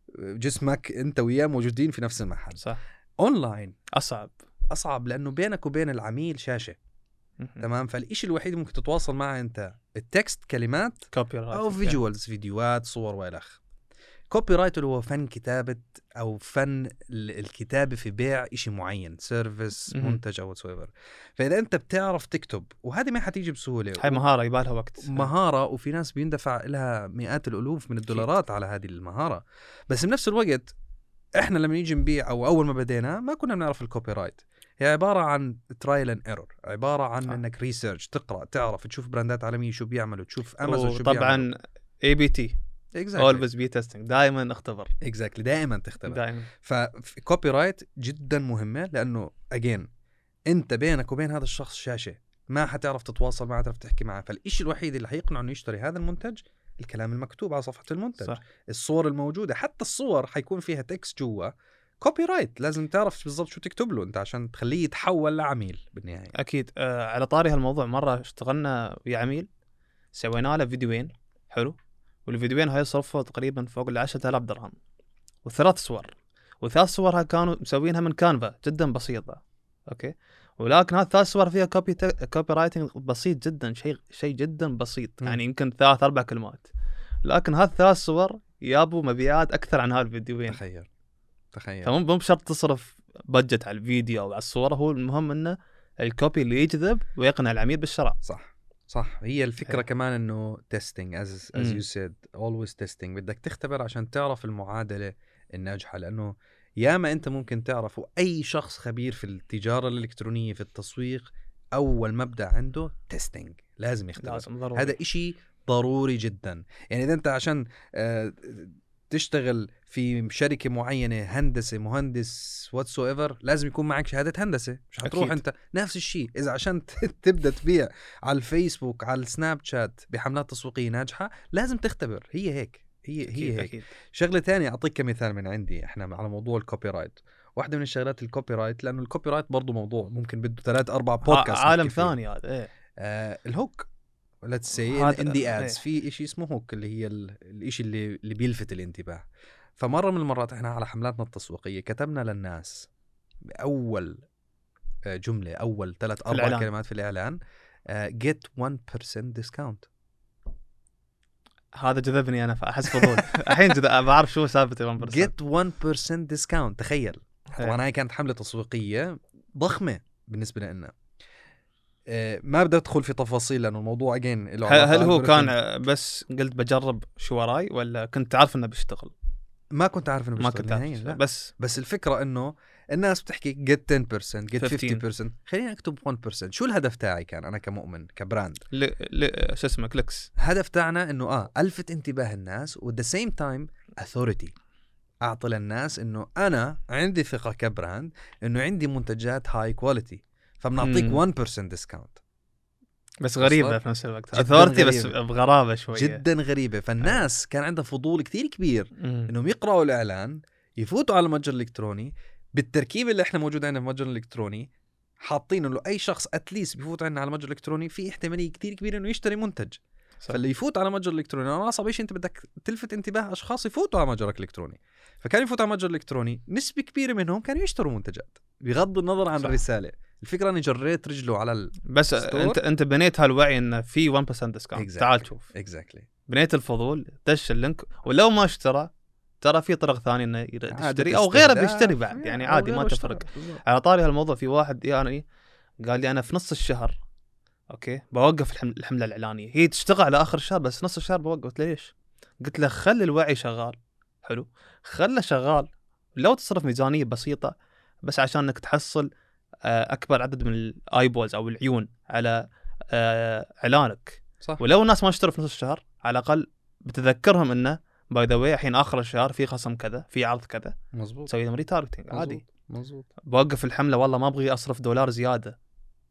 جسمك انت وياه موجودين في نفس المحل. صح. اونلاين اصعب اصعب لانه بينك وبين العميل شاشه. تمام. فالإشي الوحيد ممكن تتواصل معه انت التكست، كلمات او فيجوالز، فيديوهات، صور والخ. كوبي رايت اللي هو فن كتابة أو فن الكتابة في بيع إشي معين، سيرفيس، منتج أو whatsoever. فإذا أنت بتعرف تكتب، وهذه ما حتيجي بسهولة، هاي مهارة يبالها وقت، مهارة، وفي ناس بيندفع لها مئات الألوف من الدولارات على هذه المهارة. بس بنفس الوقت إحنا لما نيجي نبيع أو أول ما بدينا ما كنا بنعرف الكوبي رايت. هي عبارة عن ترايل اند ايرور، عبارة عن آه. انك ريسيرش، تقرأ، تعرف، تشوف براندات عالمية شو بيعملوا، تشوف امازون شو بيعملوا. طبعا اي بي تي exactly. always be testing، دائما اختبر. exactly. دائما تختبر. دائما. فكوبي رايت جدا مهمة، لانه again انت بينك وبين هذا الشخص شاشة، ما حتعرف تتواصل معه، حتعرف تحكي معه. فالإشي الوحيد اللي حيقنعه انه يشتري هذا المنتج الكلام المكتوب على صفحة المنتج. صح. الصور الموجودة، حتى الصور حيكون فيها تكست جوا. كوبي رايت لازم تعرف بالضبط شو تكتب له انت عشان تخليه يتحول لعميل بالنهايه. اكيد. آه على طاري هالموضوع، مره اشتغلنا ويا عميل، سوينا له فيديوين حلو، والفيديوين هاي صرفوا تقريبا فوق ال عشرة آلاف درهم، وثلاث صور، وثلاث صورها كانوا مسوينها من كانفا جدا بسيطه. اوكي. ولكن هذه ثلاث صور فيها كوبي ت... كوبي رايتنج بسيط جدا، شيء شيء جدا بسيط. م. يعني يمكن ثلاث اربع كلمات، لكن هذه ثلاث صور يابوا مبيعات اكثر عن هذه الفيديوين. تخيل. تخيل. فمو مو بشرط تصرف بادجت على الفيديو او على الصوره، هو المهم انه الكوبي اللي يجذب ويقنع العميل بالشراء. صح. صح. هي الفكره هي. كمان انه تيستينج از از يو سيد اولويز تيستينج. بدك تختبر عشان تعرف المعادله الناجحه، لانه ياما انت ممكن تعرف، اي شخص خبير في التجاره الالكترونيه في التسويق اول مبدا عنده تيستينج، لازم يختبر. لازم ضروري. هذا إشي ضروري جدا. يعني اذا انت عشان آه تشتغل في شركة معينة، هندسة، مهندس whatsoever، لازم يكون معك شهادة هندسة. مش هتروح أكيد. أنت نفس الشيء إذا عشان تبدأ تبيع على الفيسبوك، على السناب شات بحملات تسويقية ناجحة، لازم تختبر. هي هيك. هي أكيد هي هيك. أكيد. شغلة تانية أعطيك كمثال من عندي. إحنا على موضوع الكوبي رايت، واحدة من الشغلات الكوبي رايت، لأنه الكوبي رايت برضو موضوع ممكن بده ثلاث أربع بودكاست. عالم ثاني هذا. إيه. آه الهوك. let's say in the ads في إشي اسمه هوك، اللي هي الإشي اللي اللي بيلفت الانتباه. فمرة من المرات إحنا على حملاتنا التسويقية كتبنا للناس بأول جملة، أول ثلاث أربع الإعلان. كلمات في الإعلان uh, get one percent discount. هذا جذبني أنا، فأحس فضول. الحين جذب بعرف شو سالفة one percent. get one percent discount. تخيل. طبعا هاي كانت حملة تسويقية ضخمة بالنسبة لنا. ما بدي ادخل في تفاصيل لانه الموضوع اجين. هل هو كان بس قلت بجرب شو وراي، ولا كنت عارف انه بيشتغل؟ ما كنت عارف انه بيشتغل. ما كنت عارف. بس بس الفكره انه الناس بتحكي get ten percent get fifty percent، خليني اكتب one percent. شو الهدف تاعي كان انا كمؤمن كبراند؟ ل... ل... شو اسمه كليكس. هدف تاعنا انه اه الفت انتباه الناس، وat the same time authority، اعطي للناس انه انا عندي ثقه كبراند انه عندي منتجات هاي كواليتي، فبنعطيك one percent discount. بس غريبة في نفس الوقت، أثورتي بس بغرابة شوية، جدا غريبة. فالناس كان عندها فضول كتير كبير مم. إنهم يقرأوا الإعلان، يفوتوا على المتجر الإلكتروني بالتركيب اللي إحنا موجود عندنا في المتجر الإلكتروني، حاطين إنه أي شخص أتليس بيفوت عندنا على المتجر الإلكتروني في احتمالية كتير كبيرة إنه يشتري منتج. صح. فاللي يفوت على المتجر الإلكتروني، أنا أصعب شيء أنت بدك تلفت انتباه أشخاص يفوتوا على متجرك الإلكتروني، فكان يفوت على المتجر الإلكتروني نسبة كبيرة منهم كانوا يشتروا منتجات بغض النظر عن صح. الرسالة. الفكرة أني جريت رجله على ال بس أنت أنت بنيت هالوعي إنه في one percent ديسكاونت. exactly. تعال شوف. exactly. بنيت الفضول، دش اللينك، ولو ما اشترى ترى في طرق ثانية إنه يشتري أو غيره بيشتري بعد، يعني عادي ما تفرق. على طاري هالموضوع، في واحد يعني قال لي أنا في نص الشهر أوكي بوقف الحملة الإعلانية، هي تشتغل على آخر الشهر بس نص الشهر بوقف. قلت ليش؟ قلت له خلي الوعي شغال. حلو، خله شغال، لو تصرف ميزانية بسيطة بس عشان إنك تحصل أكبر عدد من الآيبولز أو العيون على آه اعلانك. صح. ولو الناس ما اشتروا في نص الشهر على الاقل بتذكرهم انه باي ذا واي الحين اخر الشهر في خصم كذا، في عرض كذا، مزبوط. تسوي لهم ريتارجتنج عادي. مزبوط. بوقف الحمله والله ما ابغي اصرف دولار زياده.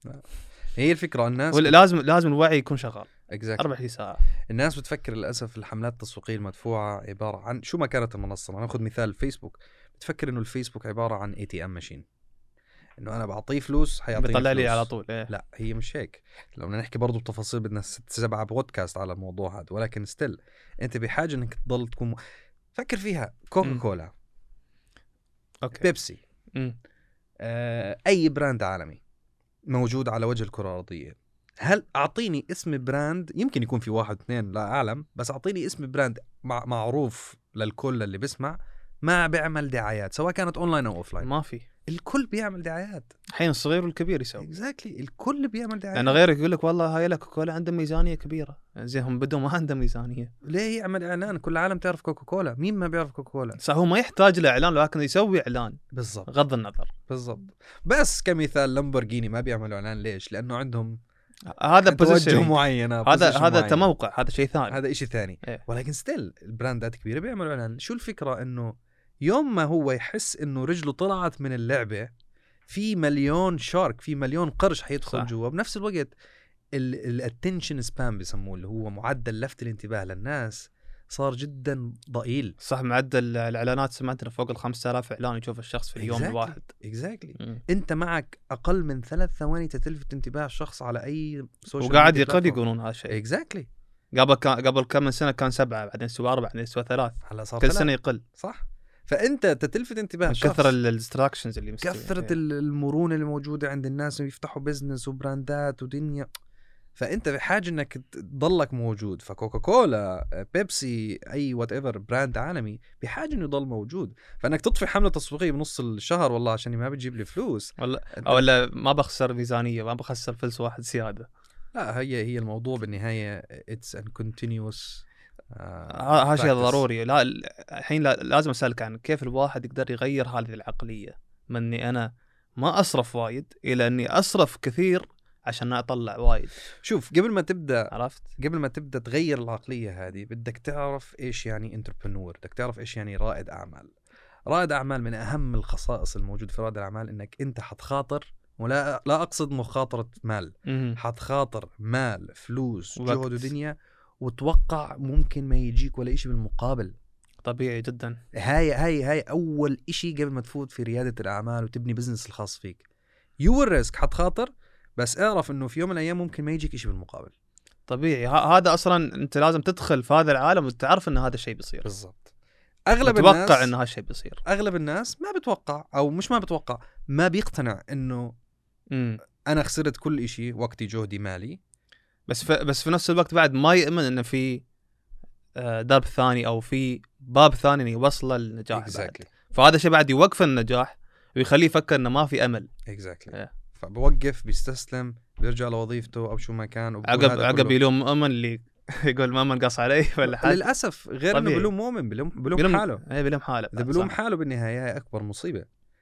هي الفكره الناس بت... لازم لازم الوعي يكون شغال exactly. أربعة وعشرين ساعه. الناس بتفكر للاسف الحملات التسويقيه المدفوعه عباره عن شو ما كانت المنصه. ناخذ مثال فيسبوك، بتفكر انه الفيسبوك عباره عن اي تي ام ماشين، انه انا بعطيه فلوس حيعطيني بيطلع فلوس لي على طول. إيه. لا هي مش هيك. لو بدنا نحكي برضو بتفاصيل بدنا ست سبعة بودكاست على الموضوع هذا، ولكن ستيل انت بحاجه انك تضل تكون م... فكر فيها. كوكا م. كولا، اوكي، بيبسي، م. آه، اي براند عالمي موجود على وجه الكره الارضيه، هل اعطيني اسم براند، يمكن يكون في واحد اثنين لا اعلم، بس اعطيني اسم براند مع... معروف للكل اللي بيسمع ما بيعمل دعايات سواء كانت اونلاين او اوفلاين. ما في. الكل بيعمل دعايات. الحين الصغير والكبير يسوي. اكزاكتلي exactly. الكل بيعمل دعايات. يعني غيرك يقول لك والله هاي لك كولا عنده ميزانيه كبيره، زين هم بدوا ما عنده ميزانيه، ليه يعمل اعلان؟ كل العالم تعرف كوكا كولا، مين ما بيعرف كوكا كولا؟ صح، هو ما يحتاج له اعلان لكن يسوي اعلان. بالضبط. غض النظر. بالضبط. بس كمثال لامبورغيني ما بيعملوا اعلان، ليش؟ لانه عندهم هذا توجه معينه، هذا هذا معينة. تموقع، هذا شيء ثاني، هذا إشي ثاني. إيه. ولكن ستيل البراندات كبيره بيعملوا اعلان. شو الفكره؟ انه يوم ما هو يحس انه رجله طلعت من اللعبه، في مليون شارك، في مليون قرش حيدخل جوا. بنفس الوقت الاتنشن سبان بيسموه، اللي هو معدل لفت الانتباه للناس، صار جدا ضئيل. صح، معدل الاعلانات سمعتنا فوق ال خمسة آلاف اعلان يشوف الشخص في اليوم exactly. الواحد. اكزاكتلي exactly. mm. انت معك اقل من ثلاث ثواني تلفت انتباه الشخص على اي سوشيال، وقاعد يقل يقولون هذا الشيء. اكزاكتلي exactly. قبل كان قبل كم من سنه كان سبعة، بعدين سوى أربعة، بعدين سوى ثلاث، هلا صار كل سنه يقل. صح. فانت تتلفت انتباه الشخص، كثر الديستراكشنز اللي مستوى، كثرة المرونه اللي موجوده عند الناس يفتحوا بزنس وبراندات ودنيا، فانت بحاجه انك تضلك موجود. فكوكا كولا، بيبسي، اي وات ايفر براند عالمي بحاجه انه يضل موجود. فانك تطفي حمله تسويقيه بنص الشهر والله عشان ما بتجيب لي فلوس، ولا او لا ما بخسر ميزانيه، ما بخسر فلس واحد زياده. لا هي هي الموضوع بالنهايه اتس ان كونتينيوس. هذا شيء ضروري. لا الحين لازم اسالك عن كيف الواحد يقدر يغير هذه العقليه من اني انا ما اصرف وايد الى اني اصرف كثير عشان اطلع وايد. شوف، قبل ما تبدا عرفت قبل ما تبدا تغير العقليه هذه، بدك تعرف ايش يعني انتربرنور، بدك تعرف ايش يعني رائد اعمال. رائد اعمال من اهم الخصائص الموجوده في رائد الاعمال انك انت حتخاطر، ولا لا اقصد مخاطره مال، حتخاطر مال، فلوس، جهد ودنيا، وتوقع ممكن ما يجيك ولا إشي بالمقابل. طبيعي جدا. هاي هاي هاي اول إشي قبل ما تفوت في رياده الاعمال وتبني بزنس الخاص فيك. يو الريسك، حتخاطر، بس اعرف انه في يوم من الايام ممكن ما يجيك إشي بالمقابل. طبيعي. هذا اصلا انت لازم تدخل في هذا العالم وتعرف ان هذا الشيء بيصير. بالضبط. اغلب بتوقع الناس ان هذا الشيء بيصير. اغلب الناس ما بتوقع، او مش ما بتوقع، ما بيقتنع انه امم انا خسرت كل إشي، وقتي، جهدي، مالي. بس في بس في نفس الوقت بعد ما يؤمن انه في درب ثاني او في باب ثاني يوصله للنجاح. exactly. فهذا شيء بعد يوقف النجاح ويخليه يفكر انه ما في امل. exactly. yeah. فبوقف، بيستسلم، بيرجع لوظيفته او شو ما كان. عقب عقب يلوم مؤمن اللي يقول مؤمن قص علي ولا حاجه. للاسف غير انه بلوم مؤمن، بلوم بلوم, بلوم حاله. اي بلوم حاله. اذا بلوم حاله بالنهايه هي اكبر مصيبه.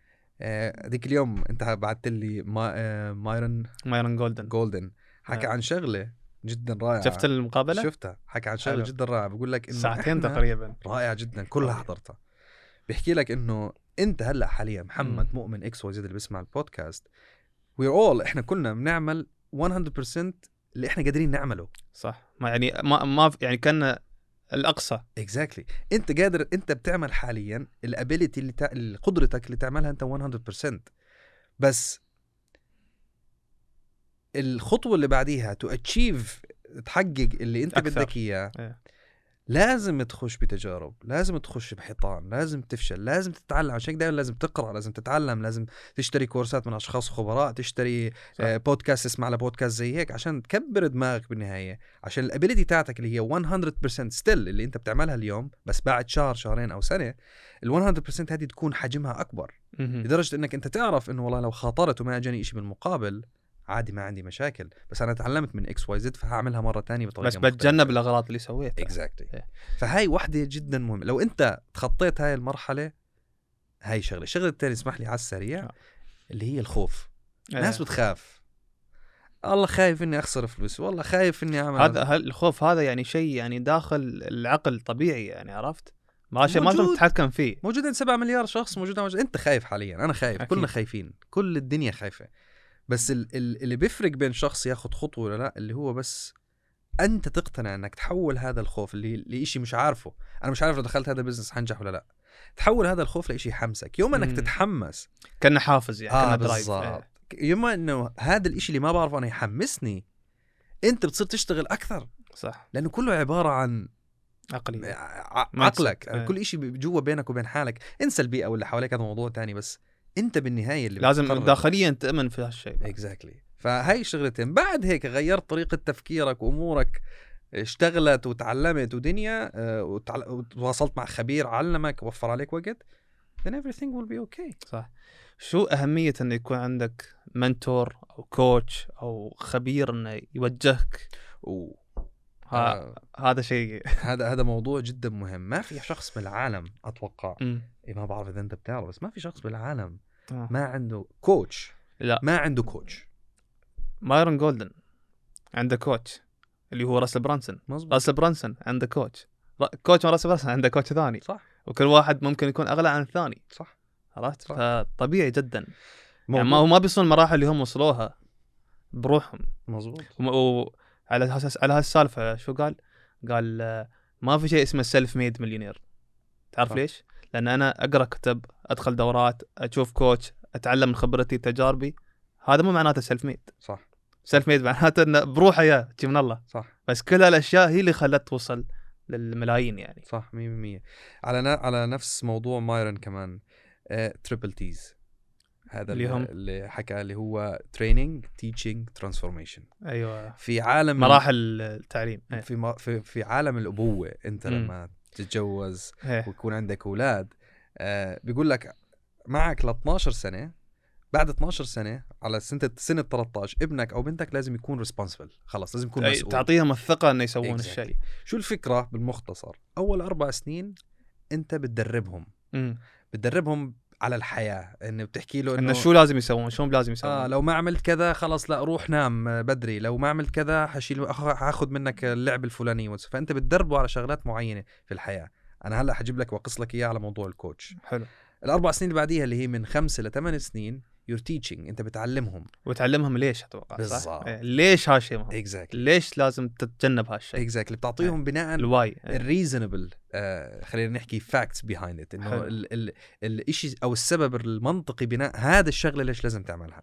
هذيك اليوم انت بعثت لي ما... آه... مايرن مايرن جولدن جولدن حكى آه. عن شغله جدا رائعه. شفت المقابله؟ شفتها. حكى عن شغله جدا رائعه، بقول لك انه ساعتين تقريبا، رائعه جدا، كلها حضرتها. بيحكي لك انه انت هلا حاليا محمد م. مؤمن اكس واي زد اللي بيسمع البودكاست، وي اول احنا كلنا بنعمل مية بالمية اللي احنا قادرين نعمله. صح. ما يعني ما ما يعني كان الاقصى. اكزاكتلي exactly. انت قادر، انت بتعمل حاليا الابيليتي اللي تع... قدرتك اللي تعملها انت مية بالمية، بس الخطوه اللي بعديها تو اتشيف، تحقق اللي انت أكثر. بدك اياه yeah. لازم تخش بتجارب، لازم تخش بحيطان، لازم تفشل، لازم تتعلم. عشان دائما لازم تقرأ، لازم تتعلم، لازم تشتري كورسات من أشخاص خبراء، تشتري آه بودكاست، اسمع على بودكاست زي هيك عشان تكبر دماغك بالنهاية. عشان الابيليتي تاعتك اللي هي مية بالمية ستيل اللي انت بتعملها اليوم، بس بعد شهر، شهرين أو سنة ال مية بالمية هذه تكون حجمها أكبر لدرجة انك انت تعرف انه والله لو خاطرت وما اجاني إشي بالمقابل عادي، ما عندي مشاكل، بس انا تعلمت من اكس واي زد فهعملها مره تانية بطريقه بس بتجنب الاغراض اللي سويتها. اكزاكتلي exactly. فهاي وحده جدا مهمه. لو انت تخطيت هاي المرحله، هاي شغله. الشغله الثانيه اسمح لي على السريع، اللي هي الخوف. الناس بتخاف. الله خايف اني اخسر فلوس، والله خايف اني اعمل هذا الخوف هذا يعني شيء يعني داخل العقل طبيعي يعني، عرفت؟ ما شيء ما تقدر تتحكم فيه. موجود عند سبعة مليار شخص، موجود, موجود انت خايف حاليا، انا خايف، أكيد. كلنا خايفين، كل الدنيا خايفه. بس ال- ال- اللي بيفرق بين شخص ياخد خطوه ولا لا، اللي هو بس انت تقتنع انك تحول هذا الخوف اللي لشيء مش عارفه. انا مش عارف لو دخلت هذا البزنس حنجح ولا لا، تحول هذا الخوف لشيء يحمسك. يوم انك مم. تتحمس كأنه حافز يعني، آه كأنه درايف. بالضبط. يوم انه هذا الاشي اللي ما بعرفه انا يحمسني، انت بتصير تشتغل اكثر. صح، لانه كله عباره عن عقلي ع- عقلك. يعني كل إشي جوا بينك وبين حالك. انسى البيئة واللي حواليك، هذا موضوع تاني. بس انت بالنهاية اللي لازم بتقرر. داخليا تأمن في هالشيء. اكزاكتلي. فهاي شغلتين. بعد هيك غيرت طريقة تفكيرك وامورك، اشتغلت وتعلمت ودنيا، اه وتعل... وتواصلت مع خبير علمك وفر عليك وقت، then everything will be okay. صح. شو أهمية أن يكون عندك منتور أو كوتش أو خبير أنه يوجهك؟ و... ها... آه. هذا شيء هذا هذا موضوع جدا مهم. ما في شخص بالعالم اتوقع م. إيه ما بعرف اذا انت بتعرف، بس ما في شخص بالعالم آه. ما عنده كوتش. لا، ما عنده كوتش. مايرون جولدن عنده كوتش اللي هو راسل برانسون. مزبوط. راسل برانسون عنده كوتش، ر... كوتش راسل برانسون عنده كوتش ثاني. صح. وكل واحد ممكن يكون أغلى عن الثاني. صح. عرفت؟ صح. فطبيعي جدا موضوع. يعني ما هو ما بيصون المراحل اللي هم وصلوها بروحهم. مزبوط. وعلى هاس على هالسالفة شو قال؟ قال ما في شيء اسمه سيلف ميد مليونير. تعرف صح. ليش؟ لأن أنا أقرأ كتب، أدخل دورات، أشوف كوتش، أتعلم من خبرتي تجاربي. هذا مو معناته سيلف ميد. صح. سيلف ميد معناته إنه بروحه يا تجي من الله. صح. بس كل هالأشياء هي اللي خلت توصل للملايين يعني. صح مية بالمية. على نا... على نفس موضوع مايرون كمان، تريبل تيز. هذا اللي, هم... اللي حكى اللي هو تريننج تيتشنج ترانسفورميشن. أيوة. في عالم مراحل التعليم. في م... في في عالم الأبوة، أنت م. لما تتجوز ويكون عندك أولاد، آه بيقول لك معك ل اثناشر سنة، بعد اثناشر سنة على سنة سنة ثلاثة عشر ابنك أو بنتك لازم يكون ريسبونسبل، خلاص لازم يكون مسؤول. تعطيهم الثقة إنه يسوون exactly. الشيء. شو الفكرة بالمختصر؟ أول أربع سنين أنت بتدربهم م. بتدربهم على الحياة، إنه بتحكي له إنه شو لازم يسوون، شو لازم يسوون. آه لو ما عملت كذا خلاص لا روح نام بدري، لو ما عملت كذا حشيل هاخذ منك اللعب الفلاني. فأنت بتدربه على شغلات معينة في الحياة. أنا هلا حجيب لك وأقص لك إياه على موضوع الكوتش. حلو. الأربع سنين اللي بعديها اللي هي من خمسة لثمان سنين you're teaching، أنت بتعلمهم. وتعلمهم ليش أتوقع. بالضبط. ليش هالشيء مهم. exactly. ليش لازم تتجنب هالشيء. exactly. بتعطيهم بناء الواي الريزونبل آه خلينا نحكي facts behind it، إنه ال ال الإشي أو السبب المنطقي بناء هذا الشغلة ليش لازم تعملها.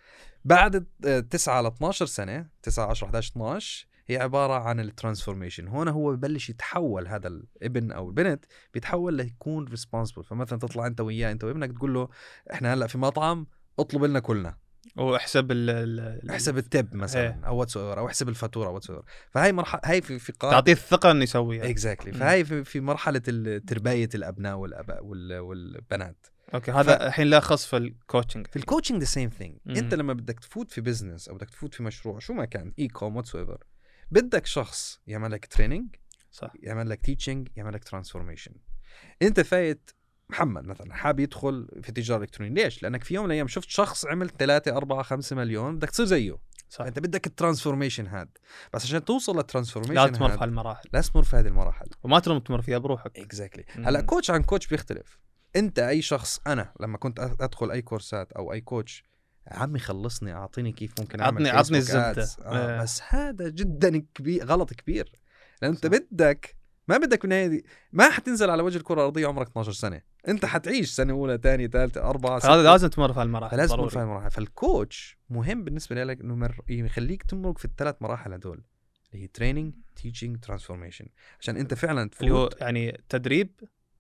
بعد تسعة ل اثناشر سنة، تسعة عشرة إحدى عشر اثناشر، هي عبارة عن الترانسفورميشن. هنا هو ببلش يتحول، هذا الابن أو البنت بيتحول ليكون ريسبونسبل. فمثلا تطلع أنت وياه، أنت وابنك، تقول له إحنا هلأ في مطعم اطلب لنا كلنا، واحسب ال احسب التب مثلا او واتسوير، او احسب الفاتوره واتسوير. فهي مرحله، هي في في قاعده تعطيه الثقه انه يسويها. اكزاكتلي exactly. فهي في, في مرحله تربيه الابناء والاباء والبنات. اوكي. هذا الحين ف... لا خص في الكوتشنج. في الكوتشنج ذا سيم ثينج. انت لما بدك تفوت في بزنس او بدك تفوت في مشروع شو ما كان، اي كوم واتسوير، بدك شخص يعمل لك تريننج، صح، يعمل لك تيتشنج، يعمل لك ترانسفورميشن. انت فايت محمد مثلا حاب يدخل في تجارة إلكترونية، ليش؟ لأنك في يوم من الأيام شفت شخص عمل ثلاثة أربعة خمسة مليون، بدك تصير زيه. صح. أنت بدك الترانسفورميشن هاد، بس عشان توصل للترانسفورميشن لازم تمر في هالمراحل، لازم تمر في هذه المراحل، وما ترم تمر فيها بروحك. اكزاكتلي exactly. هلا كوتش عن كوتش بيختلف. أنت أي شخص، أنا لما كنت أدخل أي كورسات أو أي كوتش، عمي خلصني أعطيني كيف ممكن أعمل، عطني عطني الزبدة. آه بس هذا جدا كبير، غلط كبير، لأن أنت بدك ما بدك بالنهاية دي ما حتنزل على وجه الكرة الأرضية عمرك اثناشر سنة، أنت حتعيش سنة أولى ثانية ثالثة أربعة ستة. هذا لازم تمر في هالمراحل، لازم تمر في هالمراحل. فالكوتش مهم بالنسبة لك إنه مر... يخليك تمرق في الثلاث مراحل هدول، اللي هي تريننج تيتشنج ترانسفورميشن، عشان أنت فعلا تفوت. اللي هو يعني تدريب،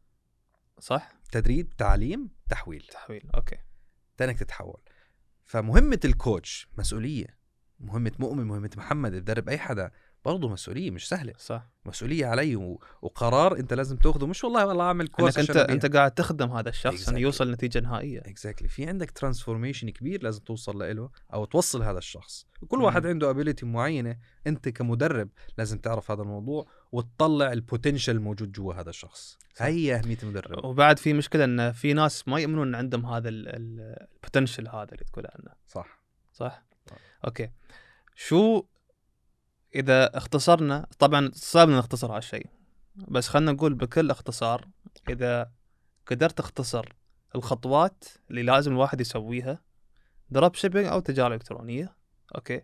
صح؟ تدريب، تعليم، تحويل. تحويل، أوكي. تانك تتحول. فمهمة الكوتش مسؤولية، مهمة مؤمن، مهمة محمد، تدرب أي حدا برضه مسؤولية مش سهلة. صح. مسؤولية علي و... وقرار أنت لازم تأخذه، مش والله والله أعمل كورس أنت أنت قاعد تخدم هذا الشخص أنه exactly. يوصل نتيجة نهائية. exactly. في عندك ترانسفورميشن كبير لازم توصل له أو توصل هذا الشخص. وكل م. واحد عنده ابيليتي معينة، أنت كمدرب لازم تعرف هذا الموضوع وتطلع البوتنشل الموجود جوا هذا الشخص. هي أهمية المدرب. وبعد في مشكلة إن في ناس ما يؤمنون إن عندهم هذا البوتنشل هذا اللي تقول عنه. صح. صح. صح. أوكي. شو اذا اختصرنا، طبعا صعب نختصر هالشيء، بس خلنا نقول بكل اختصار، اذا قدرت تختصر الخطوات اللي لازم الواحد يسويها دروب شيبينج او تجاره الكترونيه، اوكي،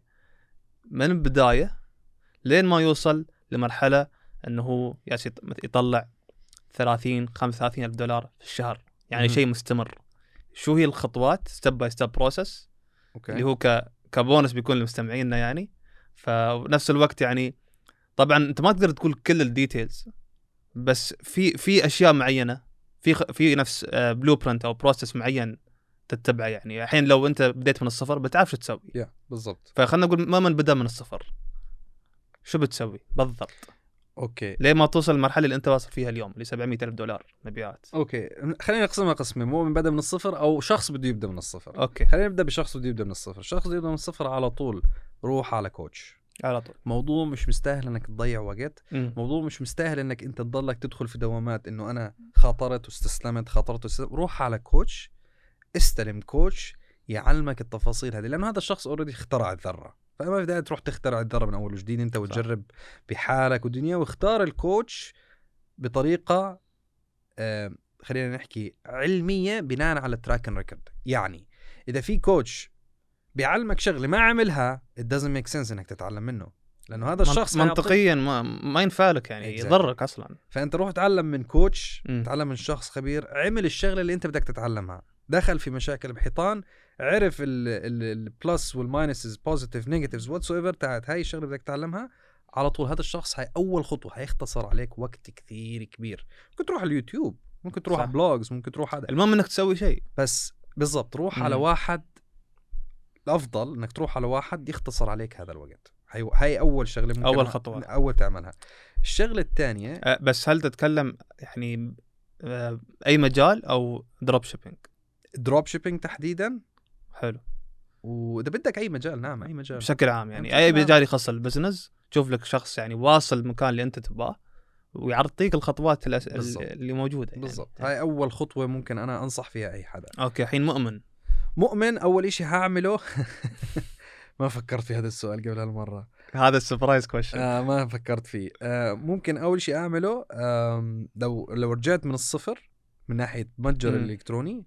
من البدايه لين ما يوصل لمرحله انه هو يطلع ثلاثين خمسة وثلاثين الف دولار في الشهر، يعني مم. شيء مستمر. شو هي الخطوات ستيب باي ستيب بروسس اوكي اللي هو ك كبونس بيكون لمستمعينا يعني. فنفس الوقت يعني طبعا انت ما تقدر تقول كل الديتيلز، بس في في اشياء معينه، في خ... في نفس بلو برنت او بروسس معين تتبعه. يعني الحين لو انت بديت من الصفر بتعرف شو تسوي. يا yeah, بالضبط. فخلنا نقول ما من بدا من الصفر شو بتسوي بالضبط اوكي ليه ما توصل للمرحله اللي انت واصل فيها اليوم اللي سبعمية الف دولار مبيعات. اوكي خلينا نقسمها قسمين، مو من بدا من الصفر او شخص بده يبدا من الصفر. اوكي خلينا نبدا بشخص بده يبدا من الصفر. شخص بده يبدا من الصفر على طول روح على كوتش على طول. موضوع مش مستاهل انك تضيع وقت. مم. موضوع مش مستاهل انك انت تضلك تدخل في دوامات انه انا خاطرت واستسلمت خاطرت واستسلمت. روح على كوتش، استلم كوتش يعلمك التفاصيل هذه، لانه هذا الشخص اوريدي اخترع الذره، فما في داعي تروح تخترع الذره من اول وجديد انت وتجرب بحالك والدنيا. واختار الكوتش بطريقه آه خلينا نحكي علميه بناء على التراك اند ريكورد. يعني اذا في كوتش بيعلمك شغله ما عملها it doesn't make sense انك تتعلم منه، لانه هذا الشخص منطقيا ما ما ينفع لك يعني exactly. يضرك اصلا. فانت روح تعلم من كوتش، م. تعلم من شخص خبير عمل الشغله اللي انت بدك تتعلمها، دخل في مشاكل بحيطان، عرف البلس والماينسز بوزيتيف نيجاتيفز واتس ايفر تاعت هاي الشغله بدك تتعلمها على طول. هذا الشخص هاي اول خطوه هيختصر عليك وقت كثير كبير. ممكن تروح على اليوتيوب، ممكن تروح على بلوجز، ممكن تروح هذا، المهم انك تسوي شيء بس بالضبط روح م. على واحد. الافضل انك تروح على واحد يختصر عليك هذا الوقت. هاي هاي اول شغله ممكن اول خطوه اول تعملها. الشغله الثانيه أه بس هل تتكلم يعني أه اي مجال او دروب شيبينج؟ دروب شيبينج تحديدا. حلو. واذا بدك اي مجال، نعم اي مجال بشكل عام يعني اي مجال يخص البزنس، تشوف لك شخص يعني واصل المكان اللي انت تبغاه ويعطيك الخطوات الأس... اللي موجوده يعني. بالضبط. هاي اول خطوه ممكن انا انصح فيها اي حدا. اوكي الحين مؤمن مؤمن اول إشي هعمله ما فكرت في هذا السؤال قبل هالمره، هذا السبرايز كويشن. آه ما فكرت فيه. آه ممكن اول شيء اعمله آه لو لو رجعت من الصفر من ناحيه متجر الالكتروني،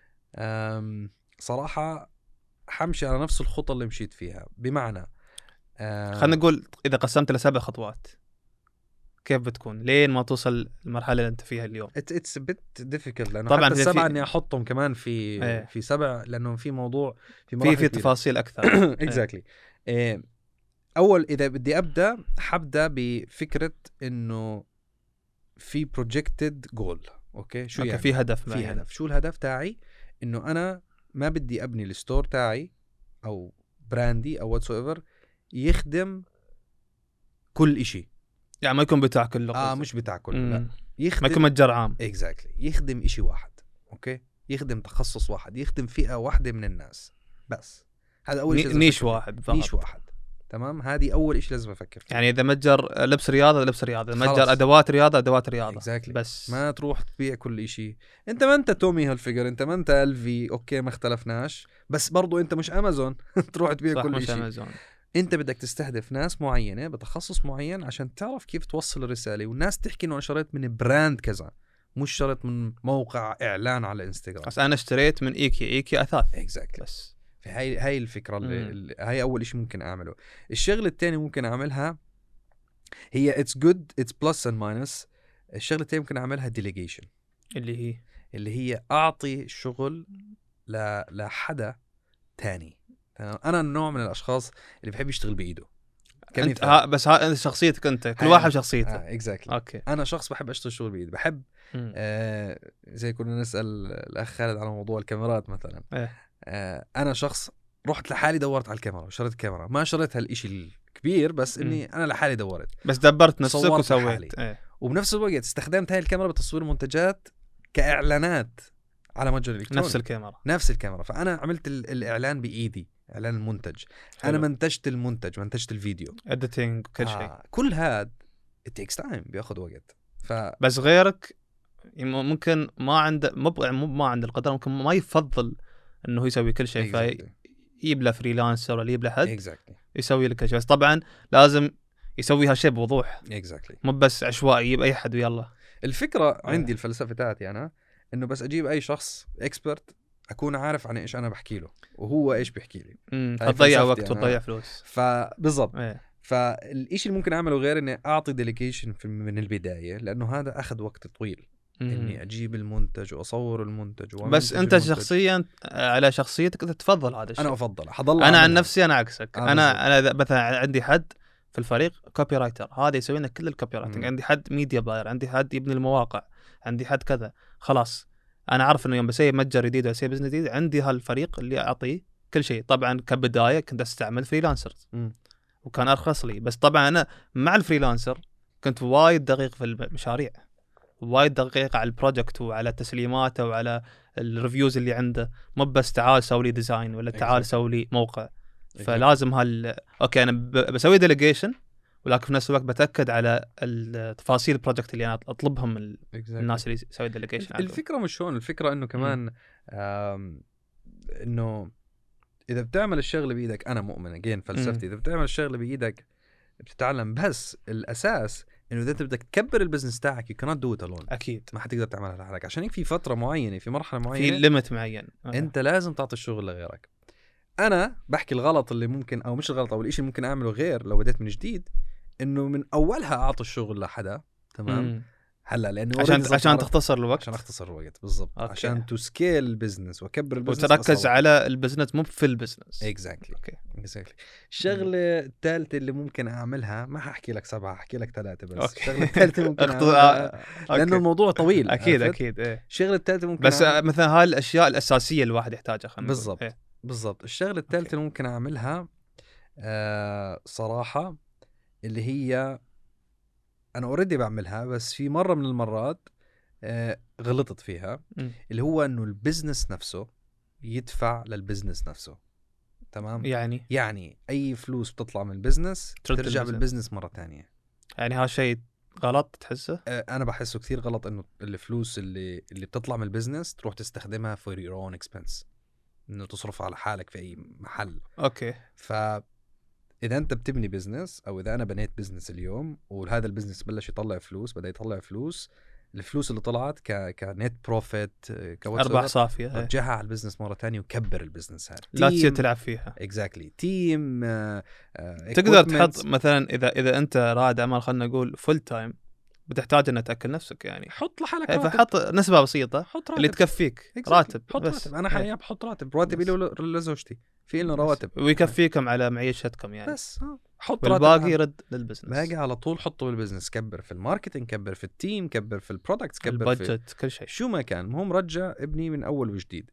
آه صراحه حمشي على نفس الخطه اللي مشيت فيها. بمعنى آه خلينا نقول اذا قسمت لسبع خطوات كيف بتكون لين ما توصل المرحله اللي انت فيها اليوم؟ اتس بيت ديفيكلت لانه طبعا حتى السبعه في... اني احطهم كمان في ايه. في سبع، لانه في موضوع في في في تفاصيل اكثر. اكزاكتلي. ايه. اول اذا بدي ابدا حبدا بفكره انه في بروجكتد جول. اوكي شو أوكي يعني؟ في هدف في هدف. شو الهدف تاعي؟ انه انا ما بدي ابني الستور تاعي او براندي او واتس ايفر يخدم كل إشي، يعني ما يكون بتاع كل اه مش بتاع كل لا يخدم، ما يكون متجر عام. اكزاكتلي يخدم إشي واحد. اوكي يخدم تخصص واحد، يخدم فئة واحدة من الناس بس. هذا اول شيء. نيش واحد فقط. نيش واحد تمام. هذه اول إشي لازم افكر فيه. يعني اذا متجر لبس رياضه لبس رياضه، متجر ادوات رياضه ادوات رياضه exactly. بس ما تروح تبيع كل إشي. انت ما انت تومي هالفيجر، انت ما انت الفي. اوكي ما اختلفناش، بس برضو انت مش امازون تروح تبيع كل إشي. أمازون. انت بدك تستهدف ناس معينه بتخصص معين عشان تعرف كيف توصل الرساله، والناس تحكي انه انا شريت من براند كذا، مش شريت من موقع اعلان على انستغرام. بس انا اشتريت من ايكي ايكي اثاث اكزاكتلي. بس هاي هاي الفكره اللي, اللي هاي اول شيء ممكن اعمله. الشغله الثانيه ممكن اعملها هي اتس جود اتس بلس اند ماينس. الشغله الثانيه ممكن اعملها ديليجيشن، اللي هي اللي هي اعطي شغل ل لحدا تاني. انا النوع من الاشخاص اللي بحب يشتغل بايده. انت ها بس ها شخصيتك انت، كل واحد شخصيته. اه اكزاكتلي. اوكي انا شخص بحب اشتغل شغل بايدي. بحب آه زي كنا نسال الاخ خالد على موضوع الكاميرات مثلا. إيه؟ آه انا شخص رحت لحالي دورت على الكاميرا وشريت كاميرا، ما شريت هالشيء الكبير بس اني م. انا لحالي دورت، بس دبرت نفسك وسويت. ايه. وبنفس الوقت استخدمت هاي الكاميرا بتصوير منتجات كاعلانات على متجر الكتروني. نفس الكاميرا نفس الكاميرا. فانا عملت الاعلان بايدي، اعلان المنتج. حلو. انا منتجت المنتج، منتجت الفيديو، اديتنج كل شيء. آه. كل هذا it takes time، بياخذ وقت. ف بس غيرك ممكن ما عنده مو ما عنده القدره، ممكن ما يفضل انه يسوي كل شيء، exactly. فيجيب له فريلانسر ولا يجيب له حد exactly. يسوي لك شيء، بس طبعا لازم يسويها شيء بوضوح اكزاكتلي مو بس عشوائي يجيب اي حد ويلا. الفكره عندي الفلسفه تاعتي انا انه بس اجيب اي شخص اكسبرت اكون عارف عن ايش انا بحكي له وهو ايش بيحكي لي. هتضيع وقت وتضيع فلوس. فبالضبط ايه. فالشيء اللي ممكن اعمله غير اني اعطي ديليجيشن من البدايه لانه هذا اخذ وقت طويل اني اجيب المنتج واصور المنتج بس انت المنتج. شخصيا على شخصيتك تتفضل هذا الشيء. انا افضل حضل انا عن نفسي انا عكسك. آه انا انا مثلا عندي حد في الفريق كوبي رايتر، هذا يسوي لنا كل الكوبي رايتنج. عندي حد ميديا باير، عندي حد يبني المواقع، عندي حد كذا. خلاص انا عارف انه يوم بسوي متجر جديد ولا بزنس جديد عندي هالفريق اللي اعطيه كل شيء. طبعا كبدايه كنت استعمل فريلانسرز وكان ارخص لي، بس طبعا انا مع الفريلانسر كنت وايد دقيق في المشاريع، وايد دقيق على البروجكت وعلى تسليماته وعلى الريفيوز اللي عنده، مو بس تعال سوي لي ديزاين ولا تعال سوي لي موقع. فلازم هال اوكي انا بسوي ديليجيشن ولكن في نفس الوقت بتاكد على التفاصيل البروجكت اللي انا اطلبهم من الناس اللي يسوي ديليجيشن. الفكره مش هون، الفكره انه كمان انه اذا بتعمل الشغله بايدك، انا مؤمن اجين فلسفتي اذا بتعمل الشغله بايدك بتتعلم. بس الاساس انه اذا انت بدك تكبر البزنس تاعك you cannot do it alone. اكيد ما حتقدر تعملها لحالك، عشان هيك في فتره معينه في مرحله معينه في ليميت معين آه. انت لازم تعطي الشغل لغيرك. انا بحكي الغلط اللي ممكن او مش الغلط او الاشي اللي ممكن اعمله غير لو بديت من جديد انه من اولها اعطي الشغل لحدا. تمام مم. هلا لانه عشان عشان تختصر الوقت، عشان اختصر الوقت بالضبط، عشان تو سكيل البزنس واكبر البزنس وتركز أصلاً على البزنس مو في البزنس. اكزاكتلي اوكي اكزاكتلي. الشغله الثالثه اللي ممكن اعملها ما هحكي لك سبعه، هحكي لك ثلاثه بس. الشغله الثالثه ممكن أعملها لانه الموضوع طويل. اكيد اكيد ايه. الشغله الثالثه ممكن بس أعمل... مثلا هاي الاشياء الاساسيه الواحد يحتاجها. خلينا بالضبط إيه. بالضبط. الشغله الثالثه اللي ممكن اعملها آه صراحه اللي هي انا اوريدي بعملها بس في مره من المرات آه غلطت فيها م. اللي هو انه البزنس نفسه يدفع للبزنس نفسه. تمام يعني يعني اي فلوس بتطلع من البزنس ترجع بالبزنس مره تانية. يعني هذا شيء غلط تحسه؟ آه انا بحسه كثير غلط انه الفلوس اللي اللي بتطلع من البزنس تروح تستخدمها for your own expense، انه تصرف على حالك في اي محل. اوكي. ف إذا أنت بتبني بزنس أو إذا أنا بنيت بزنس اليوم وهذا البزنس بلش يطلع فلوس، بدأ يطلع فلوس، الفلوس اللي طلعت ك كنت بروفيت أرباح صافية رجعها على البزنس مرة تانية وكبر البزنس هذا. لا تصير تلعب فيها. exactly. تيم uh, uh, تقدر تحط مثلا إذا إذا أنت رائد أعمال خلنا نقول فول تايم بتحتاج أن تأكل نفسك، يعني حط لحالك راتب، فحط نسبة بسيطة حط راتب. اللي تكفيك exactly. راتب حط بس. راتب. أنا حاليا بحط راتب، راتبي لزوجتي في لنا رواتب ويكفيكم على معيشتكم يعني بس. حط والباقي يرد للبزنس، باقي على طول حطه بالبزنس. كبر في الماركتينج، كبر في التيم، كبر في البرودكتس، كبر في البادجت، كل شيء شو ما كان. المهم رجع ابني من أول وجديد.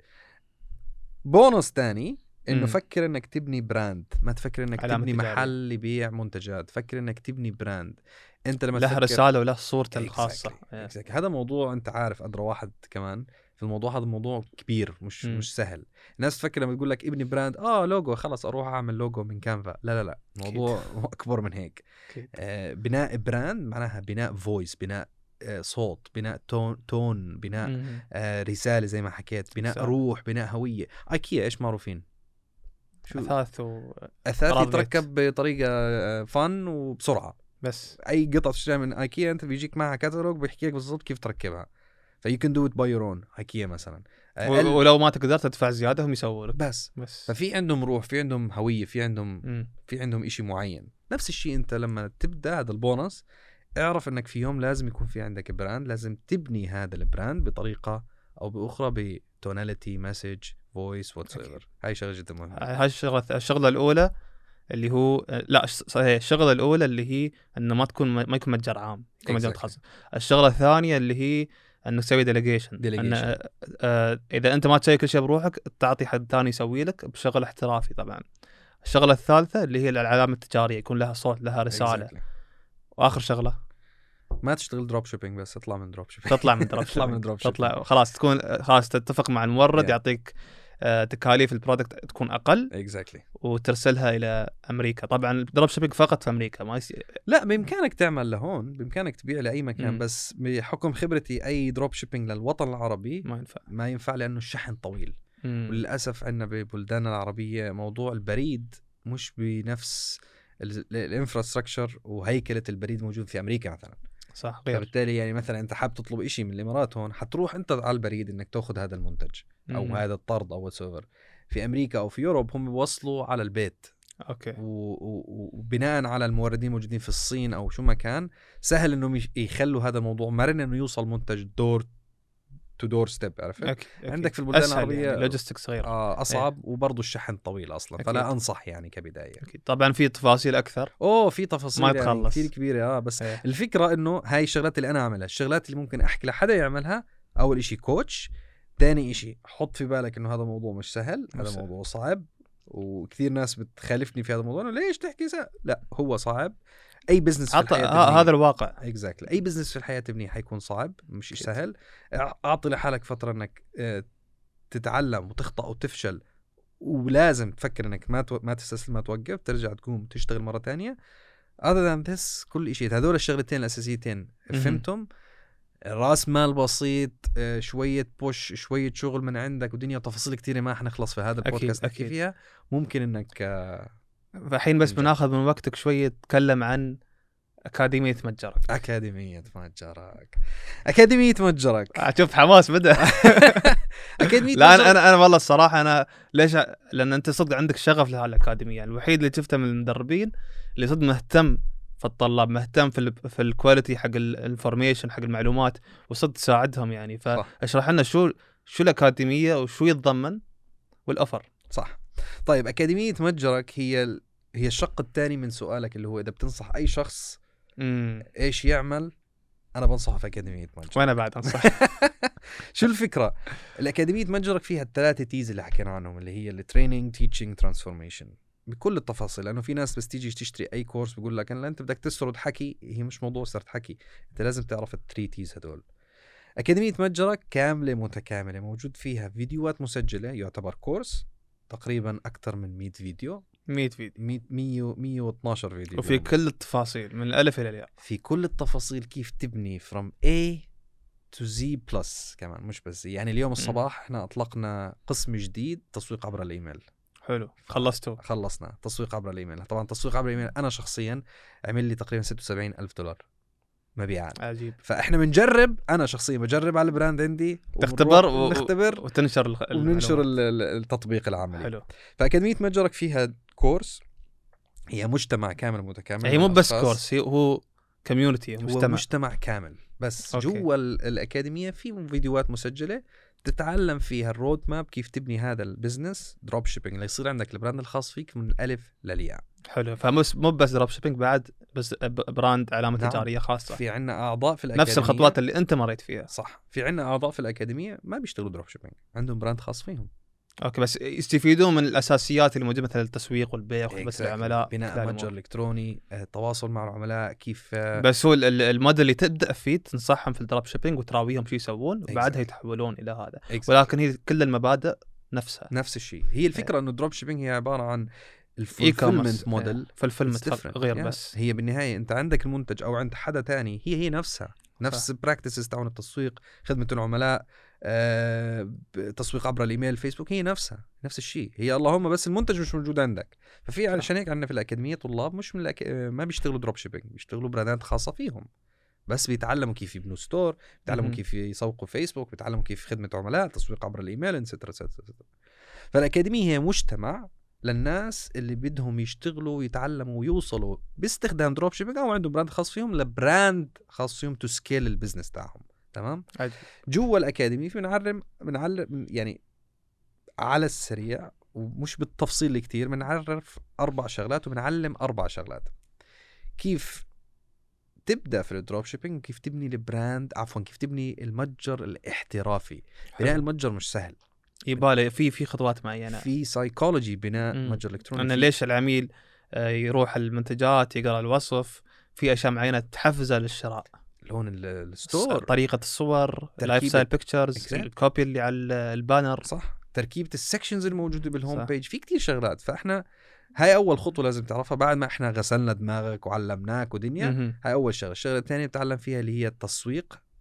بونص تاني إنه فكر إنك تبني براند، ما تفكر إنك تبني تجاري. محل يبيع منتجات، فكر إنك تبني براند. أنت لما له تفكر رسالة وله صورته الخاصة. exactly. exactly. هذا موضوع أنت عارف أدرى واحد كمان في الموضوع. هذا موضوع كبير مش م. مش سهل. الناس تفكر لما تقول لك ابني براند آه لوجو خلاص أروح أعمل لوجو من كانفا. لا لا لا موضوع أكبر من هيك. آه بناء براند معناها بناء فويس، بناء آه صوت، بناء تون, تون بناء آه رسالة زي ما حكيت، بناء صح. روح، بناء هوية. ايكيا ايش معروفين؟ شو أثاث و... أثاث يتركب بطريقة فن وبسرعة. بس أي قطعة تشتريها من ايكيا أنت بيجيك معها كاتالوج بيحكي لك بالضبط كيف تركبها. فيو كان دو ات باي يور اون. ايكيا مثلا و... ولو ما تقدر تدفع زيادة هم يسووا لك. بس بس ففي عندهم روح، في عندهم هوية، في عندهم م. في عندهم إشي معين. نفس الشيء أنت لما تبدأ هذا البونص اعرف أنك في يوم لازم يكون في عندك براند، لازم تبني هذا البراند بطريقة أو بأخرى، بتوناليتي، مسج، فويس، واتسايفر. هاي شغلة جدا مهمة. هاي الشغلة الشغلة الأولى اللي هو لا صحيح الشغلة الأولى اللي هي إنه ما تكون ما يكون متجر عام، يكون متجر خاص. الشغلة الثانية اللي هي إنه تسوي ديليجيشن. إن آه إذا أنت ما تسوي كل شيء بروحك تعطي حد ثاني يسوي لك بشغل احترافي طبعا. الشغلة الثالثة اللي هي العلامة التجارية، يكون لها صوت، لها رسالة. exactly. وآخر شغلة ما تشتغل دروب شيبينج بس اطلع من دروب شيبينج. تطلع من دروب تطلع من دروب شيبينج. تطلع خلاص تكون خلاص تتفق مع المورد yeah. يعطيك آه تكاليف البرودكت تكون اقل. exactly. وترسلها الى امريكا. طبعا الدروب شيبينج فقط في امريكا ما يصير. لا بامكانك تعمل لهون، بامكانك تبيع لاي مكان. م. بس بحكم خبرتي اي دروب شيبينج للوطن العربي ما ينفع ما ينفع لانه الشحن طويل. م. وللاسف عندنا ببلدان العربيه موضوع البريد مش بنفس الانفراستراكشر وهيكله البريد موجود في امريكا مثلا. صح غير. فبالتالي يعني مثلا انت حاب تطلب إشي من الامارات هون، حتروح انت على البريد انك تاخذ هذا المنتج او مم. هذا الطرد او واتسوفر. في امريكا او في يوروب هم بيوصلوا على البيت. اوكي. وبناء على الموردين الموجودين في الصين او شو ما كان، سهل انهم يخلوا هذا الموضوع مرن انه يوصل منتج دور تو دور ستيب. عرفت؟ أكيد. أكيد. عندك في البلدان العربيه يعني لوجيستكس صغير آه اصعب ايه. وبرضه الشحن طويل اصلا. أكيد. فلا انصح يعني كبدايه. أكيد. طبعا في تفاصيل اكثر. اوه في تفاصيل ما يعني كثير كبيره. اه بس ايه. الفكره انه هاي الشغلات اللي انا اعملها، الشغلات اللي ممكن احكي لحدا يعملها. اول إشي كوتش، ثاني إشي حط في بالك انه هذا موضوع مش سهل، مش هذا سهل. موضوع صعب، وكثير ناس بتخالفني في هذا الموضوع انه ليش تحكي سهل؟ لا هو صعب. اي بزنس في الحياه ه- هذا الواقع. اكزاكتلي. اي بزنس في الحياه تبنيه حيكون صعب، مش كيت. سهل. اعطي لحالك فتره انك تتعلم وتخطأ وتفشل، ولازم تفكر انك ما تو... ما تستسلم، ما توقف، ترجع تقوم تشتغل مره تانية. other than this كل شيء هذول الشغلتين الاساسيتين فهمتم. راس مال بسيط، شويه بوش، شويه شغل من عندك، ودنيا تفاصيل كتير ما حنخلص في هذا البودكاست نحكي فيها. ممكن انك فالحين بس بناخذ من وقتك شويه تتكلم عن أكاديمية متجرك. أكاديمية متجرك أكاديمية متجرك أشوف حماس بدأ. أكاديمية لا أنا أنا أنا والله الصراحة أنا ليش؟ لأن أنت صدق عندك شغف لهذه الأكاديمية. الوحيد اللي شفته من المدربين اللي صدق مهتم في الطلاب، مهتم في ال في الكواليتي حق الانفورميشن، حق المعلومات، وصدق تساعدهم يعني. فاشرح لنا شو شو الأكاديمية وشو يتضمن والأفر. صح. طيب أكاديمية متجرك هي ال... هي الشق الثاني من سؤالك اللي هو إذا بتنصح أي شخص مم. إيش يعمل. أنا بنصحه في أكاديمية متجرك. وأنا بعد أنصح. شو الفكرة؟ الأكاديمية متجرك فيها الثلاثة تيز اللي حكينا عنهم، اللي هي التريننج، تيتشنج، ترانسفورميشن، بكل التفاصيل. لأنه في ناس بس تيجي تشتري أي كورس بيقول لك أنا أنت بدك تسرد حكي، هي مش موضوع سرد حكي، أنت لازم تعرف الثري تيز هدول. أكاديمية متجرك كاملة متكاملة، موجود فيها فيديوهات مسجلة، يعتبر كورس تقريبا أكثر من مية فيديو. مية فيديو. مية مية مية واثناشر فيديو. وفي كل التفاصيل من الألف إلى الياء. في كل التفاصيل كيف تبني from A to Z plus كمان، مش بس يعني. اليوم الصباح احنا أطلقنا قسم جديد، تسويق عبر الإيميل. حلو. خلصتوا؟ خلصنا تسويق عبر الإيميل. طبعا تسويق عبر الإيميل أنا شخصيا عمل لي تقريبا ستة وسبعين ألف دولار مبيعات. عجيب. فاحنا بنجرب، انا شخصيا بجرب على البراند عندي، تختبر ونختبر وتنشر الخ... وننشر التطبيق العملي. حلو. فأكاديمية متجرك فيها كورس، هي مجتمع كامل متكامل. هي مو بس كورس، هو كوميونتي، مجتمع. هو مجتمع كامل. بس جوا الأكاديمية في فيديوهات مسجلة تتعلم فيها الرود ماب، كيف تبني هذا البزنس دروب شيبينج اللي يصير عندك البراند الخاص فيك من الألف للياء. حلو. فمش مو بس دروب شيبينج، بعد بس براند، علامة نعم. تجارية خاصة. في عنا أعضاء في الأكاديمية نفس الخطوات اللي أنت مريت فيها. صح. في عنا أعضاء في الأكاديمية ما بيشتغلوا دروب شيبينج، عندهم براند خاص فيهم. اوكي، بس يستفيدون من الاساسيات اللي موجوده مثل التسويق والبيع وخدمه العملاء، بناء متجر الكتروني، التواصل مع العملاء، كيف. بس هو الموديل اللي تبدا فيه تنصحهم في الدروب شيبينج وتراويهم شو يسوون، وبعدها يتحولون الى هذا. ولكن هي كل المبادئ نفسها نفس الشيء. هي الفكره انه الدروب شيبينج هي عباره عن الفولفيلمنت موديل. فولفيلمنت غير يعني. بس هي بالنهايه انت عندك المنتج او عند حدا تاني، هي هي نفسها نفس براكتسز تاعون التسويق، خدمه العملاء، آه، تسويق عبر الايميل، فيسبوك، هي نفسها نفس الشيء. هي اللهم بس المنتج مش موجود عندك. ففي علشان هيك عندنا في الاكاديميه طلاب مش من الأك... ما بيشتغلوا دروب شيبينج، بيشتغلوا براندات خاصه فيهم، بس بيتعلموا كيف يبنوا ستور، بيتعلموا كيف يسوقوا فيسبوك، بيتعلموا كيف خدمه عملاء، تسويق عبر الايميل، انسترا. فالاكاديميه هي مجتمع للناس اللي بدهم يشتغلوا ويتعلموا ويوصلوا باستخدام دروب شيبينج، او عندهم براند خاص فيهم، لبراند خاص فيهم تو سكيل البزنس تاعهم. تمام. جوا الأكاديمية في بنعلم بنعلم يعني على السريع ومش بالتفصيل كتير، بنعرف أربع شغلات وبنعلم أربع شغلات: كيف تبدأ في الدروب شيبينج، كيف تبني البراند، عفوا كيف تبني المتجر الاحترافي. بناء المتجر مش سهل، يبالي في في خطوات معينة، في سايكولوجي بناء متجر إلكتروني. أنا ليش العميل يروح المنتجات، يقرأ الوصف، في أشياء معينة تحفزه للشراء، لون الستور، طريقة الصور، اللايف ستايل بيكتشرز، الكوبي اللي على البانر، صح، تركيبة السكشنز الموجودة بالهوم بيج، في كتير شغلات. فإحنا هاي أول خطوة لازم تعرفها بعد ما إحنا غسلنا دماغك وعلمناك ودنيا. هاي أول شغلة. الشغلة الثانية بتعلم فيها اللي هي التسويق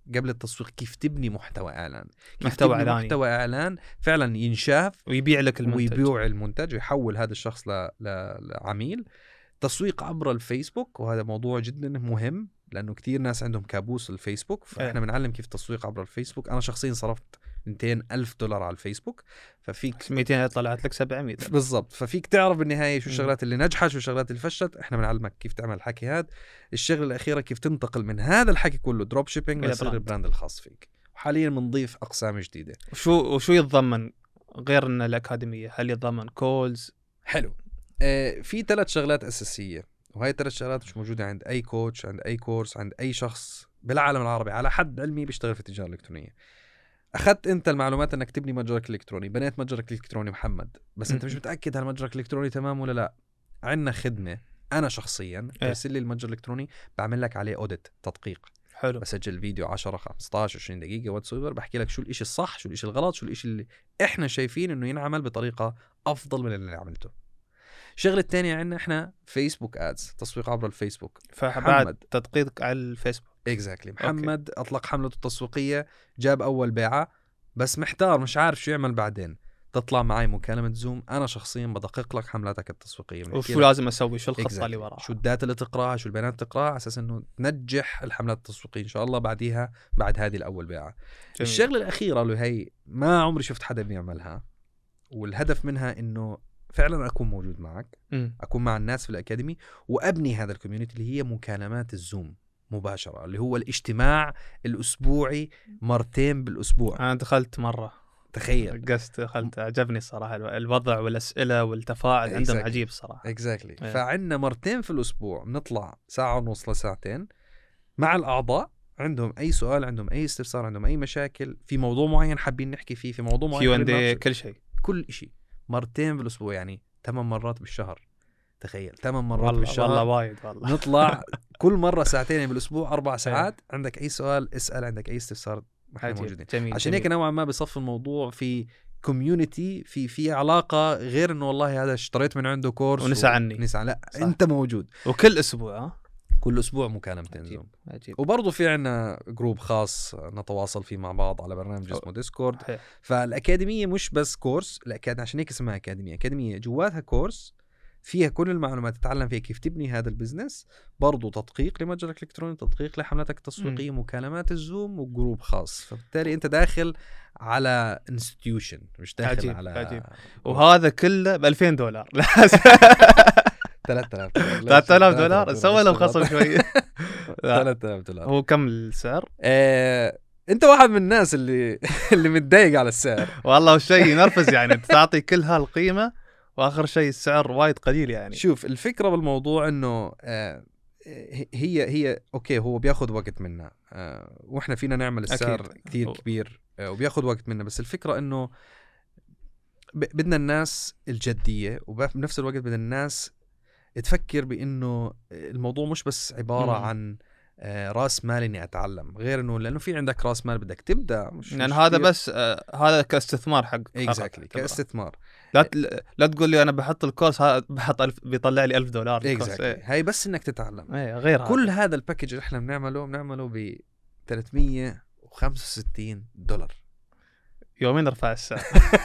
قبل التسويق كيف تبني محتوى اعلان، كيف محتوى تبني إعلاني. محتوى اعلان فعلا ينشاف ويبيع لك المنتج. ويبيع المنتج ويحول هذا الشخص ل... ل... لعميل. تسويق عبر الفيسبوك، وهذا موضوع جدا مهم لانه كتير ناس عندهم كابوس الفيسبوك، فاحنا بنعلم كيف تسويق عبر الفيسبوك. انا شخصيا صرفت مئتين ألف دولار على الفيسبوك، ففيك مئتين طلعت لك سبعمية بالضبط. ففيك تعرف بالنهاية شو الشغلات اللي نجحت شو الشغلات اللي فشلت. احنا بنعلمك كيف تعمل الحكي هذا. الشغلة الأخيرة كيف تنتقل من هذا الحكي كله دروب شيبينج لصير البراند الخاص فيك. وحاليا بنضيف أقسام جديدة. وشو وشو يتضمن غير ان الأكاديمية؟ هل يتضمن كولز؟ حلو. آه في ثلاث شغلات أساسية، وهي الثلاث شغلات مش موجودة عند أي كوتش، عند أي كورس، عند أي شخص بالعالم العربي على حد علمي بيشتغل في التجارة الإلكترونية. أخذت أنت المعلومات أنك تبني متجرك الإلكتروني، بنيت متجرك الإلكتروني محمد، بس أنت مش متأكد هل المتجر الإلكتروني تمام ولا لا. عندنا خدمة أنا شخصيا ترسل لي المتجر الإلكتروني، بعمل لك عليه أوديت، تدقيق. حلو. بسجل فيديو عشرة خمستاشر عشرين دقيقة واتسويفر، بحكي لك شو الإشي الصح شو الإشي الغلط شو الإشي اللي إحنا شايفين إنه ينعمل بطريقة أفضل من اللي عملته. الشغلة الثانية عندنا إحنا فيسبوك آدز، تسويق عبر الفيسبوك. فبعد تدقيق على الفيسبوك. اكزاكتلي. محمد أوكي. أطلق حملته التسويقية، جاب أول بيعة، بس محتار مش عارف شو يعمل بعدين. تطلع معي مكالمة زوم، أنا شخصيا بدقق لك حملاتك التسويقية، وشو لازم أسوي، شو الخطة اللي وراها، شو الداتا اللي تقراها، شو البيانات تقراها، على أساس إنه تنجح الحملات التسويقية إن شاء الله بعديها بعد هذه الأول بيعة. الشغلة الأخيرة اللي هي ما عمري شفت حدا بيعملها، والهدف منها إنه فعلا أكون موجود معك، م. أكون مع الناس في الأكاديمي وأبني هذا الكوميونيتي اللي هي مكالمات الزوم مباشرة، اللي هو الاجتماع الأسبوعي مرتين بالأسبوع. أنا دخلت مرة، تخيل قست دخلت، عجبني الصراحة الوضع والأسئلة والتفاعل عندهم عجيب صراحة. exactly. yeah. فعندنا مرتين في الأسبوع بنطلع ساعة ونص لساعتين مع الأعضاء، عندهم أي سؤال، عندهم أي استفسار، عندهم أي مشاكل في موضوع معين حابين نحكي فيه، في موضوع معين كل شيء كل شيء مرتين في الأسبوع، يعني ثمان مرات بالشهر. تخيل ثمان مرات والله بالشهر. والله وايد والله. نطلع كل مرة ساعتين بالأسبوع، أربع ساعات. عندك أي سؤال اسأل، عندك أي استفسار احنا موجودين. جميل. عشان جميل. هيك نوعا ما بصف الموضوع في كوميونيتي، في في علاقة، غير إنه والله هذا اشتريت من عنده كورس ونسى و... عني نسى. لا صح. أنت موجود وكل أسبوع ها؟ كل أسبوع مكالمتين زوم. عجيب. وبرضه في عنا جروب خاص نتواصل فيه مع بعض على برنامج اسمه ديسكورد. حي. فالأكاديمية مش بس كورس، الأكاديمية عشان هيك اسمها أكاديمية. أكاديمية جواتها كورس فيها كل المعلومات تتعلم فيها كيف تبني هذا البزنس، برضو تدقيق لمتجرك الإلكتروني، تدقيق لحملاتك التسويقية، م. مكالمات الزوم وجروب خاص. فبالتالي أنت داخل على انستيتيوشن، مش داخل عجيب. على عجيب. وهذا كله ب ألفين دولار. ثلاثة آلاف ثلاثة آلاف دولار سوى له خصم شوية. ثلاثة آلاف دولار. هو كم السعر؟ آه... انت واحد من الناس اللي اللي متضايق على السعر. والله الشيء ينرفز يعني تعطي كل هالقيمة واخر شيء السعر وايد قليل يعني. شوف الفكرة بالموضوع انه آه هي هي اوكي هو بياخد وقت منا، آه واحنا فينا نعمل السعر أكيد. كتير كبير آه وبياخد وقت منا، بس الفكرة انه بدنا الناس الجدية، وبنفس الوقت بدنا الناس تفكر بانه الموضوع مش بس عبارة م. عن آه راس مال اني اتعلم، غير انه لانه في عندك راس مال بدك تبدا، مش يعني هذا بس آه هذا كاستثمار حق اكزاكتلي exactly. كاستثمار. لا ت... لا تقول لي انا بحط الكورس هذا بحط ألف بيطلع لي ألف دولار exactly. ايه. هاي بس انك تتعلم. ايه غير كل هذا. هذا الباكج اللي احنا بنعمله بنعمله ب ثلاثمية وخمسة وستين دولار يومين ارفع السعر.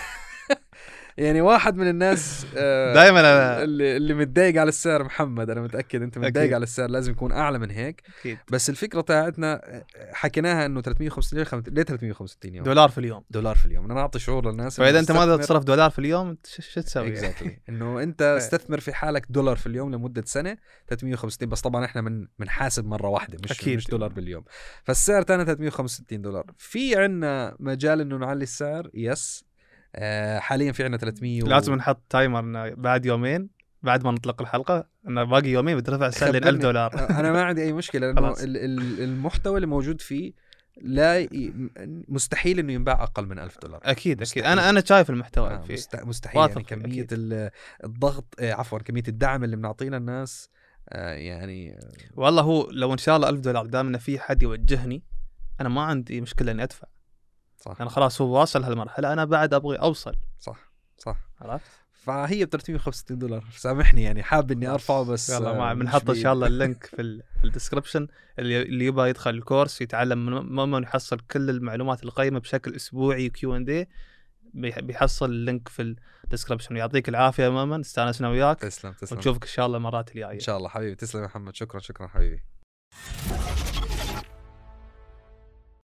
يعني واحد من الناس آه دائما أنا... اللي اللي متضايق على السعر محمد، انا متاكد انت متضايق على السعر، لازم يكون اعلى من هيك أكيد. بس الفكره تاعتنا حكيناها انه ثلاثمية وخمسة وستين ليه ثلاثمية وخمسة وستين يوم دولار في اليوم دولار في اليوم. انا اعطي شعور للناس فاذا انت ما تصرف دولار في اليوم انت شو تسوي؟ اكزاكتلي انه انت استثمر في حالك دولار في اليوم لمده سنه ثلاثمية وخمسة وستين، بس طبعا احنا من بنحاسب مره واحده مش أكيد. مش دولار باليوم. فالسعر تاعنا ثلاثمية وخمسة وستين دولار. في عنا مجال انه نعلي السعر يس. آه حاليا في عنا ثلاثمية و... لازم نحط تايمر بعد يومين بعد ما نطلق الحلقه انه باقي يومين بترفع السعر ل ألف دولار. انا ما عندي اي مشكله لانه المحتوى اللي موجود فيه لا ي... مستحيل انه ينباع اقل من ألف دولار. اكيد مستحيل. اكيد انا انا شايف المحتوى آه فيه مست... مستحيل يعني كميه أكيد. الضغط آه عفوا كميه الدعم اللي بنعطيه للناس آه يعني آه والله هو لو ان شاء الله ألف دولار دامنا في حد يوجهني انا ما عندي مشكله اني ادفع. صح. أنا خلاص هو واصل هالمرحلة، أنا بعد أبغي أوصل. صح صح. عرفت؟ فهي ب ثلاثمية وخمسة وستين دولار. سامحني يعني حاب اني ارفعه بس يلا ما آه، مش بنحط ان شاء بإيدي. الله اللينك في ال- في الديسكربشن. اللي اللي يبغى يدخل الكورس يتعلم من مؤمن يحصل كل المعلومات القيمه بشكل اسبوعي كيو اند اي، بيحصل اللينك في الديسكربشن. يعطيك العافيه يا مؤمن، استانسنا وياك، تسلم تسلم ونشوفك ان شاء الله المرات الجايه. ان شاء الله حبيبي. تسلم يا محمد. شكرا شكرا حبيبي.